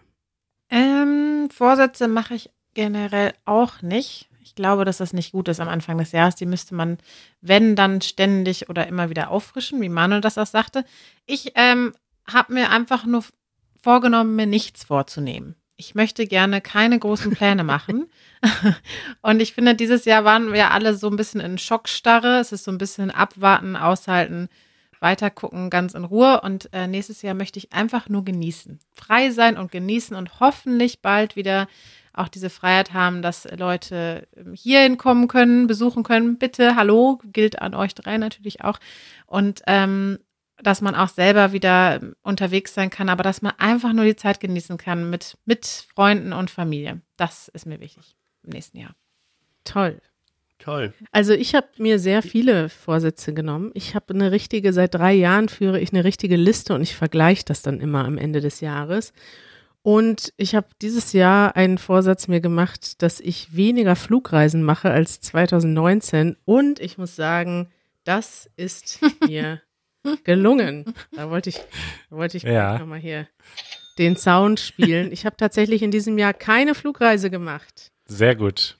[SPEAKER 3] Vorsätze mache ich generell auch nicht. Ich glaube, dass das nicht gut ist am Anfang des Jahres. Die müsste man, wenn, dann ständig oder immer wieder auffrischen, wie Manuel das auch sagte. Ich habe mir einfach nur vorgenommen, mir nichts vorzunehmen. Ich möchte gerne keine großen Pläne machen. Und ich finde, dieses Jahr waren wir alle so ein bisschen in Schockstarre. Es ist so ein bisschen abwarten, aushalten, weitergucken, ganz in Ruhe. Und nächstes Jahr möchte ich einfach nur genießen. Frei sein und genießen und hoffentlich bald wieder auch diese Freiheit haben, dass Leute hierhin kommen können, besuchen können. Bitte, hallo, gilt an euch drei natürlich auch. Und dass man auch selber wieder unterwegs sein kann, aber dass man einfach nur die Zeit genießen kann mit Freunden und Familie. Das ist mir wichtig im nächsten Jahr.
[SPEAKER 2] Toll.
[SPEAKER 4] Toll.
[SPEAKER 2] Also ich habe mir sehr viele Vorsätze genommen. Seit 3 Jahren führe ich eine richtige Liste und ich vergleiche das dann immer am Ende des Jahres. Und ich habe dieses Jahr einen Vorsatz mir gemacht, dass ich weniger Flugreisen mache als 2019. Und ich muss sagen, das ist mir gelungen. Da wollte ich nochmal hier den Sound spielen. Ich habe tatsächlich in diesem Jahr keine Flugreise gemacht.
[SPEAKER 1] Sehr gut.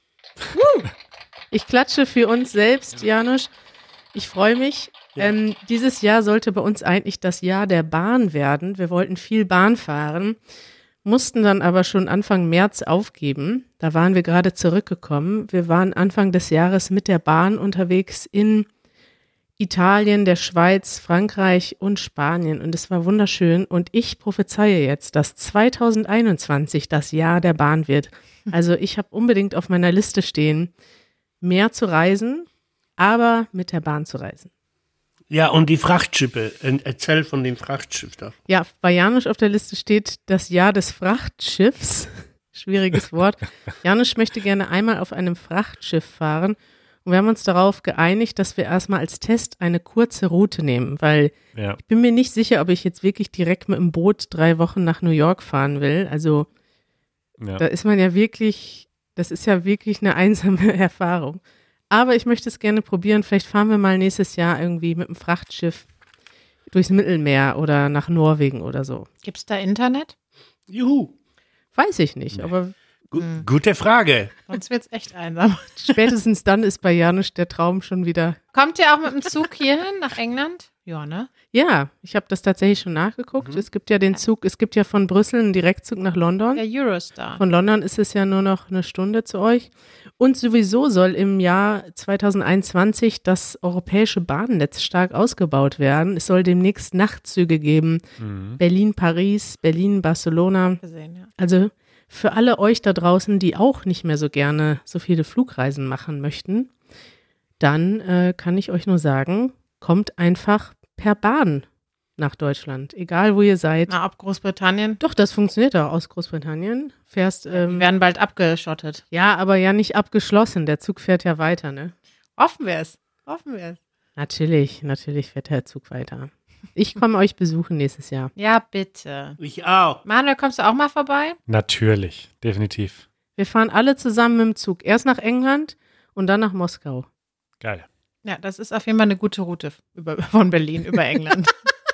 [SPEAKER 2] Ich klatsche für uns selbst, Janusz. Ich freue mich. Ja. Dieses Jahr sollte bei uns eigentlich das Jahr der Bahn werden. Wir wollten viel Bahn fahren. Mussten dann aber schon Anfang März aufgeben. Da waren wir gerade zurückgekommen. Wir waren Anfang des Jahres mit der Bahn unterwegs in Italien, der Schweiz, Frankreich und Spanien. Und es war wunderschön. Und ich prophezeie jetzt, dass 2021 das Jahr der Bahn wird. Also ich habe unbedingt auf meiner Liste stehen, mehr zu reisen, aber mit der Bahn zu reisen.
[SPEAKER 4] Ja, und die Frachtschiffe. Erzähl von dem Frachtschiff da.
[SPEAKER 2] Ja, bei Janusz auf der Liste steht das Jahr des Frachtschiffs. Schwieriges Wort. Janusz möchte gerne einmal auf einem Frachtschiff fahren. Und wir haben uns darauf geeinigt, dass wir erstmal als Test eine kurze Route nehmen, weil ich bin mir nicht sicher, ob ich jetzt wirklich direkt mit dem Boot 3 Wochen nach New York fahren will. Also da ist man ja wirklich, das ist ja wirklich eine einsame Erfahrung. Aber ich möchte es gerne probieren. Vielleicht fahren wir mal nächstes Jahr irgendwie mit dem Frachtschiff durchs Mittelmeer oder nach Norwegen oder so.
[SPEAKER 3] Gibt es da Internet?
[SPEAKER 4] Juhu.
[SPEAKER 2] Weiß ich nicht, aber
[SPEAKER 4] gute Frage.
[SPEAKER 3] Sonst wird es echt einsam.
[SPEAKER 2] Spätestens dann ist bei Janusz der Traum schon wieder.
[SPEAKER 3] Kommt ihr auch mit dem Zug hierhin nach England? Ja, ne?
[SPEAKER 2] Ja, ich habe das tatsächlich schon nachgeguckt. Es gibt ja den Zug, es gibt ja von Brüssel einen Direktzug nach London.
[SPEAKER 3] Der Eurostar.
[SPEAKER 2] Von London ist es ja nur noch eine Stunde zu euch. Und sowieso soll im Jahr 2021 das europäische Bahnnetz stark ausgebaut werden. Es soll demnächst Nachtzüge geben. Berlin-Paris, Berlin-Barcelona.
[SPEAKER 3] Gesehen, ja.
[SPEAKER 2] Also für alle euch da draußen, die auch nicht mehr so gerne so viele Flugreisen machen möchten, dann kann ich euch nur sagen, kommt einfach per Bahn nach Deutschland, egal wo ihr seid.
[SPEAKER 3] Na, ob Großbritannien?
[SPEAKER 2] Doch, das funktioniert auch aus Großbritannien. Fährst,
[SPEAKER 3] Die werden bald abgeschottet.
[SPEAKER 2] ja, aber ja nicht abgeschlossen. Der Zug fährt ja weiter, ne?
[SPEAKER 3] Hoffen wir es. Hoffen wir es.
[SPEAKER 2] Natürlich fährt der Zug weiter. Ich komme euch besuchen nächstes Jahr.
[SPEAKER 3] Ja, bitte.
[SPEAKER 4] Ich auch.
[SPEAKER 3] Manuel, kommst du auch mal vorbei?
[SPEAKER 1] Natürlich, definitiv.
[SPEAKER 2] Wir fahren alle zusammen mit dem Zug. Erst nach England und dann nach Moskau.
[SPEAKER 1] Geil.
[SPEAKER 3] Ja, das ist auf jeden Fall eine gute Route von Berlin über England.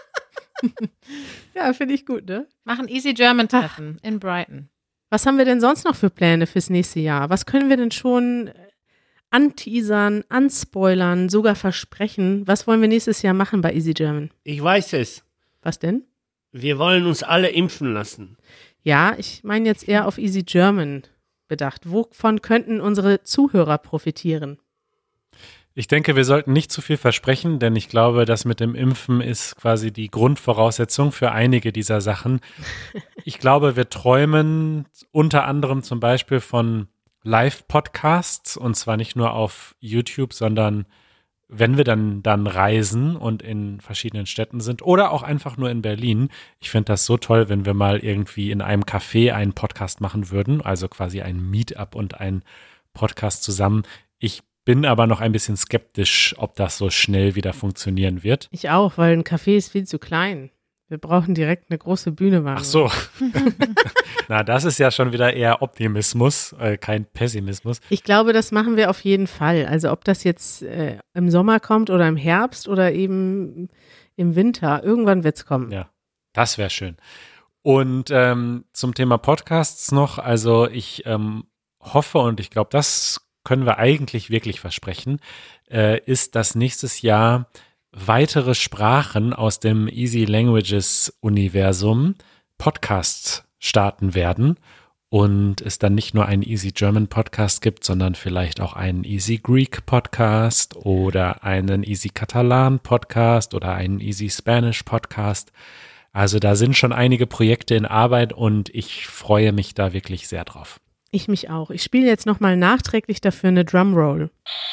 [SPEAKER 2] Ja, finde ich gut, ne?
[SPEAKER 3] Machen Easy German Treffen in Brighton.
[SPEAKER 2] Was haben wir denn sonst noch für Pläne fürs nächste Jahr? Was können wir denn schon anteasern, anspoilern, sogar versprechen? Was wollen wir nächstes Jahr machen bei Easy German?
[SPEAKER 4] Ich weiß es.
[SPEAKER 2] Was denn?
[SPEAKER 4] Wir wollen uns alle impfen lassen.
[SPEAKER 2] Ja, ich meine jetzt eher auf Easy German bedacht. Wovon könnten unsere Zuhörer profitieren?
[SPEAKER 1] Ich denke, wir sollten nicht zu viel versprechen, denn ich glaube, das mit dem Impfen ist quasi die Grundvoraussetzung für einige dieser Sachen. Ich glaube, wir träumen unter anderem zum Beispiel von Live-Podcasts, und zwar nicht nur auf YouTube, sondern wenn wir dann reisen und in verschiedenen Städten sind oder auch einfach nur in Berlin. Ich finde das so toll, wenn wir mal irgendwie in einem Café einen Podcast machen würden, also quasi ein Meetup und ein Podcast zusammen. Ich bin aber noch ein bisschen skeptisch, ob das so schnell wieder funktionieren wird.
[SPEAKER 2] Ich auch, weil ein Café ist viel zu klein. Wir brauchen direkt eine große Bühne.
[SPEAKER 1] Ach so. Na, das ist ja schon wieder eher Optimismus, kein Pessimismus.
[SPEAKER 2] Ich glaube, das machen wir auf jeden Fall. Also ob das jetzt im Sommer kommt oder im Herbst oder eben im Winter, irgendwann wird es kommen.
[SPEAKER 1] Ja, das wäre schön. Und zum Thema Podcasts noch, also ich hoffe und ich glaube, das können wir eigentlich wirklich versprechen, ist, dass nächstes Jahr weitere Sprachen aus dem Easy Languages Universum Podcasts starten werden und es dann nicht nur einen Easy German Podcast gibt, sondern vielleicht auch einen Easy Greek Podcast oder einen Easy Catalan Podcast oder einen Easy Spanish Podcast. Also da sind schon einige Projekte in Arbeit und ich freue mich da wirklich sehr drauf.
[SPEAKER 2] Ich mich auch. Ich spiele jetzt nochmal nachträglich dafür eine Drumroll.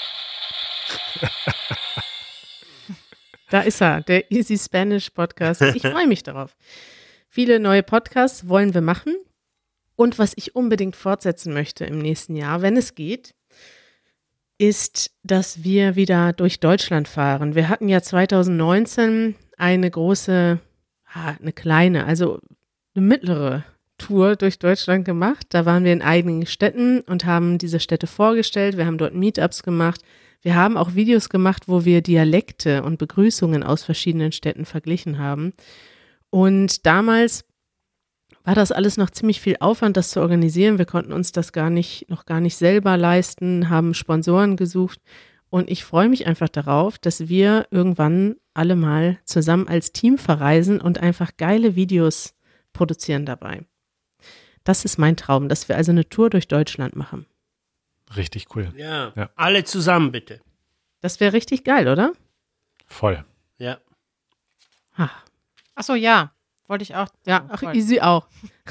[SPEAKER 2] Da ist er, der Easy Spanish Podcast. Ich freue mich darauf. Viele neue Podcasts wollen wir machen. Und was ich unbedingt fortsetzen möchte im nächsten Jahr, wenn es geht, ist, dass wir wieder durch Deutschland fahren. Wir hatten ja 2019 eine mittlere Tour durch Deutschland gemacht. Da waren wir in einigen Städten und haben diese Städte vorgestellt. Wir haben dort Meetups gemacht. Wir haben auch Videos gemacht, wo wir Dialekte und Begrüßungen aus verschiedenen Städten verglichen haben. Und damals war das alles noch ziemlich viel Aufwand, das zu organisieren. Wir konnten uns das noch gar nicht selber leisten, haben Sponsoren gesucht. Und ich freue mich einfach darauf, dass wir irgendwann alle mal zusammen als Team verreisen und einfach geile Videos produzieren dabei. Das ist mein Traum, dass wir also eine Tour durch Deutschland machen.
[SPEAKER 1] Richtig cool.
[SPEAKER 4] Ja, alle zusammen bitte.
[SPEAKER 2] Das wäre richtig geil, oder?
[SPEAKER 1] Voll.
[SPEAKER 4] Ja.
[SPEAKER 3] Ach so, ja. Wollte ich auch.
[SPEAKER 2] Ja, ach, easy auch.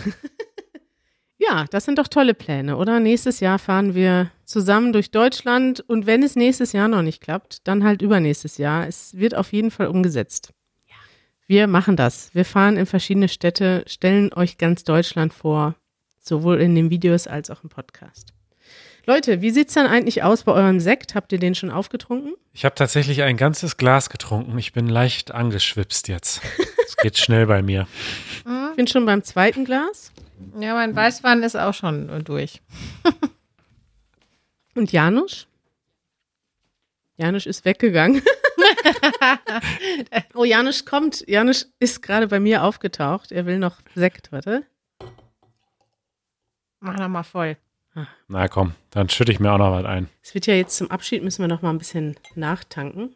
[SPEAKER 2] Ja, das sind doch tolle Pläne, oder? Nächstes Jahr fahren wir zusammen durch Deutschland und wenn es nächstes Jahr noch nicht klappt, dann halt übernächstes Jahr. Es wird auf jeden Fall umgesetzt. Ja. Wir machen das. Wir fahren in verschiedene Städte, stellen euch ganz Deutschland vor, sowohl in den Videos als auch im Podcast. Leute, wie sieht's dann eigentlich aus bei eurem Sekt? Habt ihr den schon aufgetrunken?
[SPEAKER 1] Ich habe tatsächlich ein ganzes Glas getrunken. Ich bin leicht angeschwipst jetzt. Es geht schnell bei mir.
[SPEAKER 2] Ich bin schon beim zweiten Glas.
[SPEAKER 3] Ja, mein Weißwein ist auch schon durch.
[SPEAKER 2] Und Janusz? Janusz ist weggegangen. Oh, Janusz kommt. Janusz ist gerade bei mir aufgetaucht. Er will noch Sekt, warte.
[SPEAKER 3] Mach noch mal voll.
[SPEAKER 1] Na komm, dann schütte ich mir auch noch was ein.
[SPEAKER 2] Es wird ja jetzt zum Abschied, müssen wir noch mal ein bisschen nachtanken.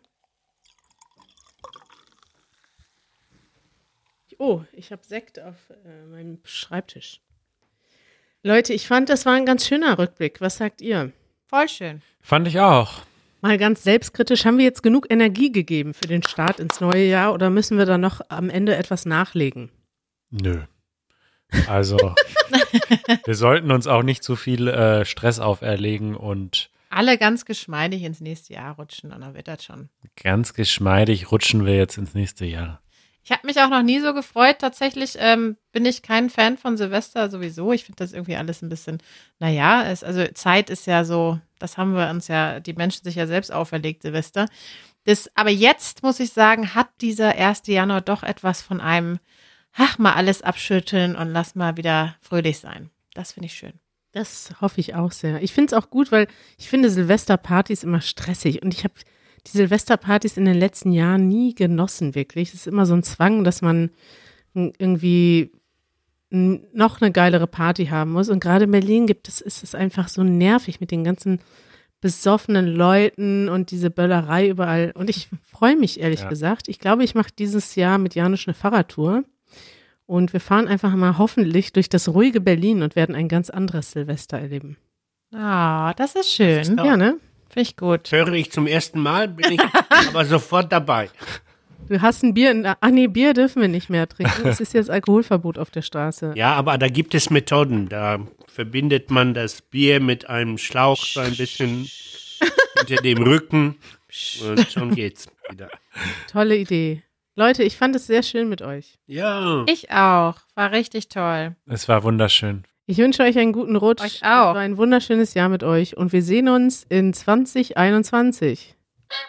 [SPEAKER 2] Oh, ich habe Sekt auf meinem Schreibtisch. Leute, ich fand, das war ein ganz schöner Rückblick. Was sagt ihr?
[SPEAKER 3] Voll schön.
[SPEAKER 1] Fand ich auch.
[SPEAKER 2] Mal ganz selbstkritisch, haben wir jetzt genug Energie gegeben für den Start ins neue Jahr oder müssen wir da noch am Ende etwas nachlegen?
[SPEAKER 1] Nö. Also, wir sollten uns auch nicht zu viel Stress auferlegen und
[SPEAKER 3] alle ganz geschmeidig ins nächste Jahr rutschen und dann wird das schon.
[SPEAKER 1] Ganz geschmeidig rutschen wir jetzt ins nächste Jahr.
[SPEAKER 3] Ich habe mich auch noch nie so gefreut. Tatsächlich bin ich kein Fan von Silvester sowieso. Ich finde das irgendwie alles ein bisschen, also Zeit ist ja so, das haben wir uns ja, die Menschen sich ja selbst auferlegt, Silvester. Aber jetzt, muss ich sagen, hat dieser 1. Januar doch etwas von einem, mal alles abschütteln und lass mal wieder fröhlich sein. Das finde ich schön.
[SPEAKER 2] Das hoffe ich auch sehr. Ich finde es auch gut, weil ich finde Silvesterpartys immer stressig und ich habe die Silvesterpartys in den letzten Jahren nie genossen, wirklich. Es ist immer so ein Zwang, dass man irgendwie noch eine geilere Party haben muss. Und gerade in Berlin ist es einfach so nervig mit den ganzen besoffenen Leuten und diese Böllerei überall. Und ich freue mich, ehrlich gesagt. Ich glaube, ich mache dieses Jahr mit Janusz eine Fahrradtour. Und wir fahren einfach mal hoffentlich durch das ruhige Berlin und werden ein ganz anderes Silvester erleben.
[SPEAKER 3] Ah, das ist schön.
[SPEAKER 2] Ja, ne?
[SPEAKER 3] Finde ich gut.
[SPEAKER 4] Höre ich zum ersten Mal, bin ich aber sofort dabei.
[SPEAKER 2] Du hast ein Bier, Bier dürfen wir nicht mehr trinken. Es ist jetzt Alkoholverbot auf der Straße.
[SPEAKER 4] Ja, aber da gibt es Methoden. Da verbindet man das Bier mit einem Schlauch so ein bisschen hinter dem Rücken und schon geht's wieder.
[SPEAKER 2] Tolle Idee. Leute, ich fand es sehr schön mit euch.
[SPEAKER 4] Ja.
[SPEAKER 3] Ich auch. War richtig toll.
[SPEAKER 1] Es war wunderschön.
[SPEAKER 2] Ich wünsche euch einen guten Rutsch.
[SPEAKER 3] Euch auch.
[SPEAKER 2] Es war ein wunderschönes Jahr mit euch und wir sehen uns in 2021.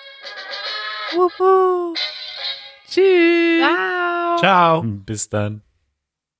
[SPEAKER 2] Wuhu. Tschüss.
[SPEAKER 3] Ciao.
[SPEAKER 4] Ciao.
[SPEAKER 1] Bis dann.